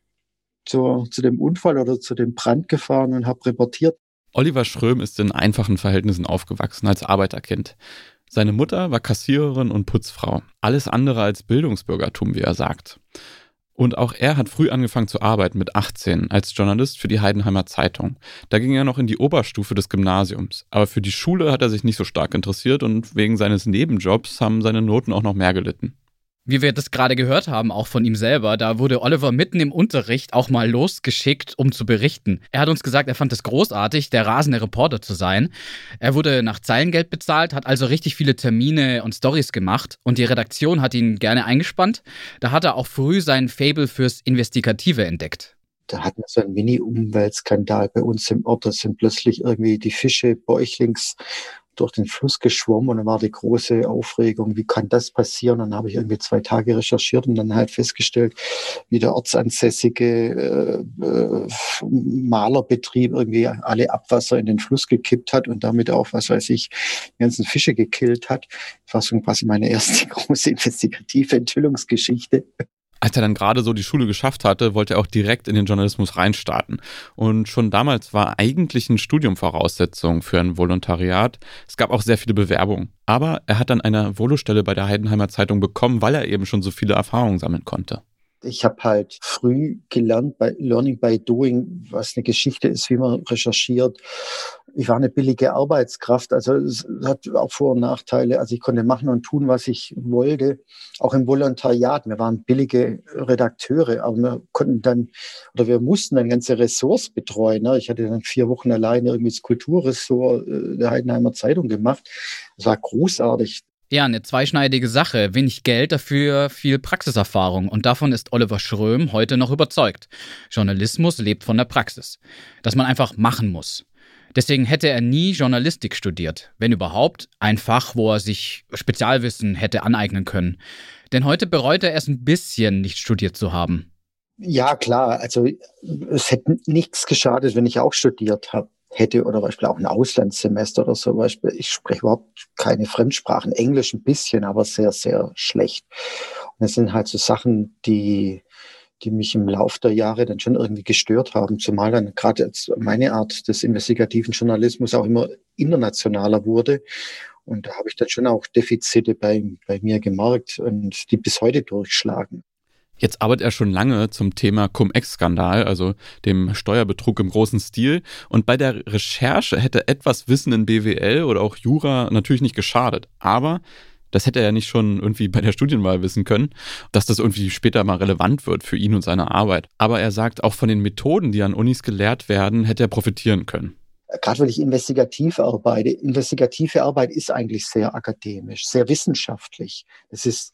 Speaker 4: zu, zu dem Unfall oder zu dem Brand gefahren und habe reportiert.
Speaker 2: Oliver Schröm ist in einfachen Verhältnissen aufgewachsen als Arbeiterkind. Seine Mutter war Kassiererin und Putzfrau. Alles andere als Bildungsbürgertum, wie er sagt. Und auch er hat früh angefangen zu arbeiten mit achtzehn als Journalist für die Heidenheimer Zeitung. Da ging er noch in die Oberstufe des Gymnasiums. Aber für die Schule hat er sich nicht so stark interessiert und wegen seines Nebenjobs haben seine Noten auch noch mehr gelitten.
Speaker 3: Wie wir das gerade gehört haben, auch von ihm selber, da wurde Oliver mitten im Unterricht auch mal losgeschickt, um zu berichten. Er hat uns gesagt, er fand es großartig, der rasende Reporter zu sein. Er wurde nach Zeilengeld bezahlt, hat also richtig viele Termine und Storys gemacht und die Redaktion hat ihn gerne eingespannt. Da hat er auch früh sein Faible fürs Investigative entdeckt.
Speaker 4: Da hatten wir so einen Mini-Umweltskandal bei uns im Ort. Da sind plötzlich irgendwie die Fische bäuchlings durch den Fluss geschwommen und dann war die große Aufregung, wie kann das passieren? Und dann habe ich irgendwie zwei Tage recherchiert und dann halt festgestellt, wie der ortsansässige äh, äh, Malerbetrieb irgendwie alle Abwasser in den Fluss gekippt hat und damit auch, was weiß ich, die ganzen Fische gekillt hat. Das war so quasi meine erste große investigative Enthüllungsgeschichte.
Speaker 2: Als er dann gerade so die Schule geschafft hatte, wollte er auch direkt in den Journalismus reinstarten. Und schon damals war eigentlich ein Studium Voraussetzung für ein Volontariat. Es gab auch sehr viele Bewerbungen. Aber er hat dann eine Volostelle bei der Heidenheimer Zeitung bekommen, weil er eben schon so viele Erfahrungen sammeln konnte.
Speaker 4: Ich habe halt früh gelernt, bei Learning by Doing, was eine Geschichte ist, wie man recherchiert. Ich war eine billige Arbeitskraft, also es hat auch Vor- und Nachteile. Also ich konnte machen und tun, was ich wollte, auch im Volontariat. Wir waren billige Redakteure, aber wir konnten dann, oder wir mussten dann ganze Ressorts betreuen. Ich hatte dann vier Wochen alleine irgendwie das Kulturressort der Heidenheimer Zeitung gemacht. Das war großartig.
Speaker 3: Ja, eine zweischneidige Sache. Wenig Geld, dafür viel Praxiserfahrung. Und davon ist Oliver Schröm heute noch überzeugt. Journalismus lebt von der Praxis. Dass man einfach machen muss. Deswegen hätte er nie Journalistik studiert. Wenn überhaupt, ein Fach, wo er sich Spezialwissen hätte aneignen können. Denn heute bereut er es ein bisschen, nicht studiert zu haben.
Speaker 4: Ja, klar. Also es hätte nichts geschadet, wenn ich auch studiert habe. hätte oder Beispiel auch ein Auslandssemester oder so. Beispiel. Ich spreche überhaupt keine Fremdsprachen, Englisch ein bisschen, aber sehr, sehr schlecht. Und das sind halt so Sachen, die, die mich im Laufe der Jahre dann schon irgendwie gestört haben, zumal dann gerade jetzt meine Art des investigativen Journalismus auch immer internationaler wurde. Und da habe ich dann schon auch Defizite bei, bei mir gemerkt und die bis heute durchschlagen.
Speaker 2: Jetzt arbeitet er schon lange zum Thema Cum-Ex-Skandal, also dem Steuerbetrug im großen Stil. Und bei der Recherche hätte etwas Wissen in B W L oder auch Jura natürlich nicht geschadet. Aber das hätte er ja nicht schon irgendwie bei der Studienwahl wissen können, dass das irgendwie später mal relevant wird für ihn und seine Arbeit. Aber er sagt, auch von den Methoden, die an Unis gelehrt werden, hätte er profitieren können.
Speaker 4: Gerade weil ich investigativ arbeite. Investigative Arbeit ist eigentlich sehr akademisch, sehr wissenschaftlich. Es ist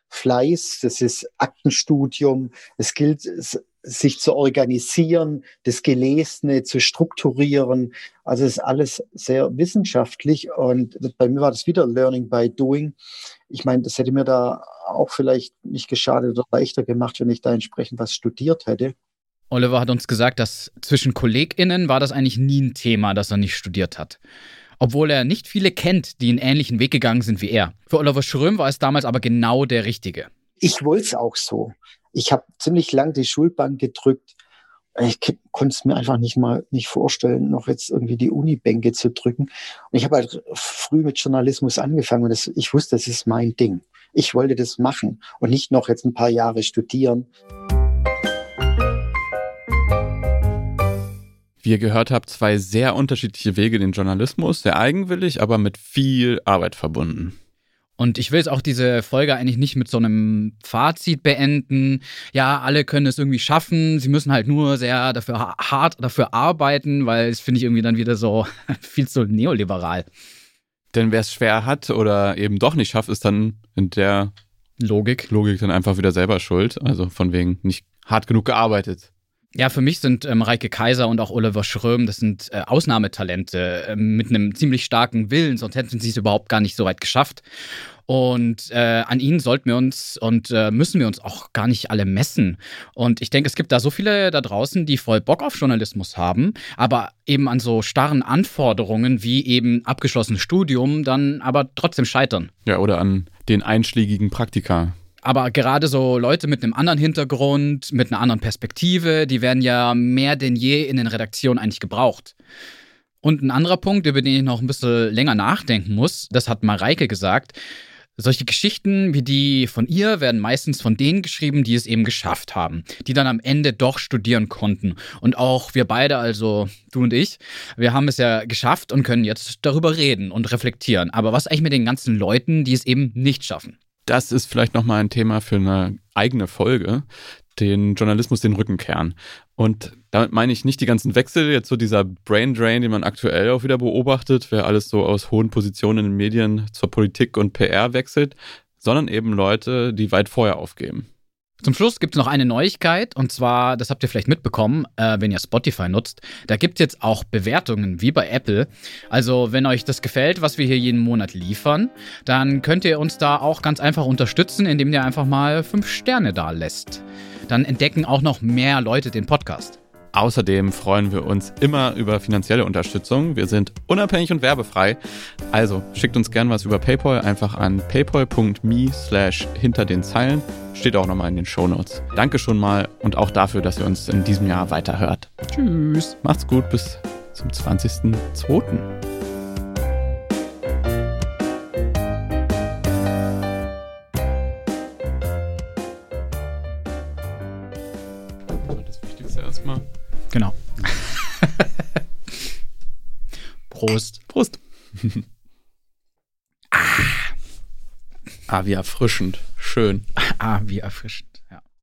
Speaker 4: Fleiß, das ist Aktenstudium, es gilt, sich zu organisieren, das Gelesene zu strukturieren. Also es ist alles sehr wissenschaftlich und bei mir war das wieder Learning by Doing. Ich meine, das hätte mir da auch vielleicht nicht geschadet oder leichter gemacht, wenn ich da entsprechend was studiert hätte.
Speaker 3: Oliver hat uns gesagt, dass zwischen KollegInnen war das eigentlich nie ein Thema, dass er nicht studiert hat. Obwohl er nicht viele kennt, die einen ähnlichen Weg gegangen sind wie er. Für Oliver Schröm war es damals aber genau der Richtige.
Speaker 4: Ich wollte es auch so. Ich habe ziemlich lang die Schulbank gedrückt. Ich konnte es mir einfach nicht mal nicht vorstellen, noch jetzt irgendwie die Unibänke zu drücken. Und ich habe halt früh mit Journalismus angefangen und das, ich wusste, das ist mein Ding. Ich wollte das machen und nicht noch jetzt ein paar Jahre studieren.
Speaker 2: Wie ihr gehört habt, zwei sehr unterschiedliche Wege in den Journalismus, sehr eigenwillig, aber mit viel Arbeit verbunden.
Speaker 3: Und ich will jetzt auch diese Folge eigentlich nicht mit so einem Fazit beenden. Ja, alle können es irgendwie schaffen. Sie müssen halt nur sehr dafür hart dafür arbeiten, weil es finde ich irgendwie dann wieder so viel zu neoliberal.
Speaker 2: Denn wer es schwer hat oder eben doch nicht schafft, ist dann in der
Speaker 3: Logik.
Speaker 2: Logik dann einfach wieder selber schuld. Also von wegen nicht hart genug gearbeitet.
Speaker 3: Ja, für mich sind ähm, Mareike Kaiser und auch Oliver Schröm, das sind äh, Ausnahmetalente äh, mit einem ziemlich starken Willen, sonst hätten sie es überhaupt gar nicht so weit geschafft. Und äh, an ihnen sollten wir uns und äh, müssen wir uns auch gar nicht alle messen. Und ich denke, es gibt da so viele da draußen, die voll Bock auf Journalismus haben, aber eben an so starren Anforderungen wie eben abgeschlossenes Studium dann aber trotzdem scheitern.
Speaker 2: Ja, oder an den einschlägigen Praktika.
Speaker 3: Aber gerade so Leute mit einem anderen Hintergrund, mit einer anderen Perspektive, die werden ja mehr denn je in den Redaktionen eigentlich gebraucht. Und ein anderer Punkt, über den ich noch ein bisschen länger nachdenken muss, das hat Mareike gesagt, solche Geschichten wie die von ihr werden meistens von denen geschrieben, die es eben geschafft haben, die dann am Ende doch studieren konnten. Und auch wir beide, also du und ich, wir haben es ja geschafft und können jetzt darüber reden und reflektieren. Aber was eigentlich mit den ganzen Leuten, die es eben nicht schaffen?
Speaker 2: Das ist vielleicht nochmal ein Thema für eine eigene Folge, den Journalismus den Rücken kehren. Und damit meine ich nicht die ganzen Wechsel, jetzt so dieser Brain Drain, den man aktuell auch wieder beobachtet, wer alles so aus hohen Positionen in den Medien zur Politik und P R wechselt, sondern eben Leute, die weit vorher aufgeben.
Speaker 3: Zum Schluss gibt es noch eine Neuigkeit, und zwar, das habt ihr vielleicht mitbekommen, äh, wenn ihr Spotify nutzt, da gibt es jetzt auch Bewertungen, wie bei Apple. Also wenn euch das gefällt, was wir hier jeden Monat liefern, dann könnt ihr uns da auch ganz einfach unterstützen, indem ihr einfach mal fünf Sterne da lässt. Dann entdecken auch noch mehr Leute den Podcast.
Speaker 2: Außerdem freuen wir uns immer über finanzielle Unterstützung. Wir sind unabhängig und werbefrei. Also schickt uns gern was über PayPal, einfach an paypal.me slash hinter den Zeilen. Steht auch nochmal in den Shownotes. Danke schon mal und auch dafür, dass ihr uns in diesem Jahr weiterhört. Tschüss, macht's gut, bis zum zwanzigsten zweiten Das Wichtigste erstmal.
Speaker 3: Genau. Prost.
Speaker 2: Prost. ah. ah, wie erfrischend. Schön.
Speaker 3: Ah, wie erfrischend.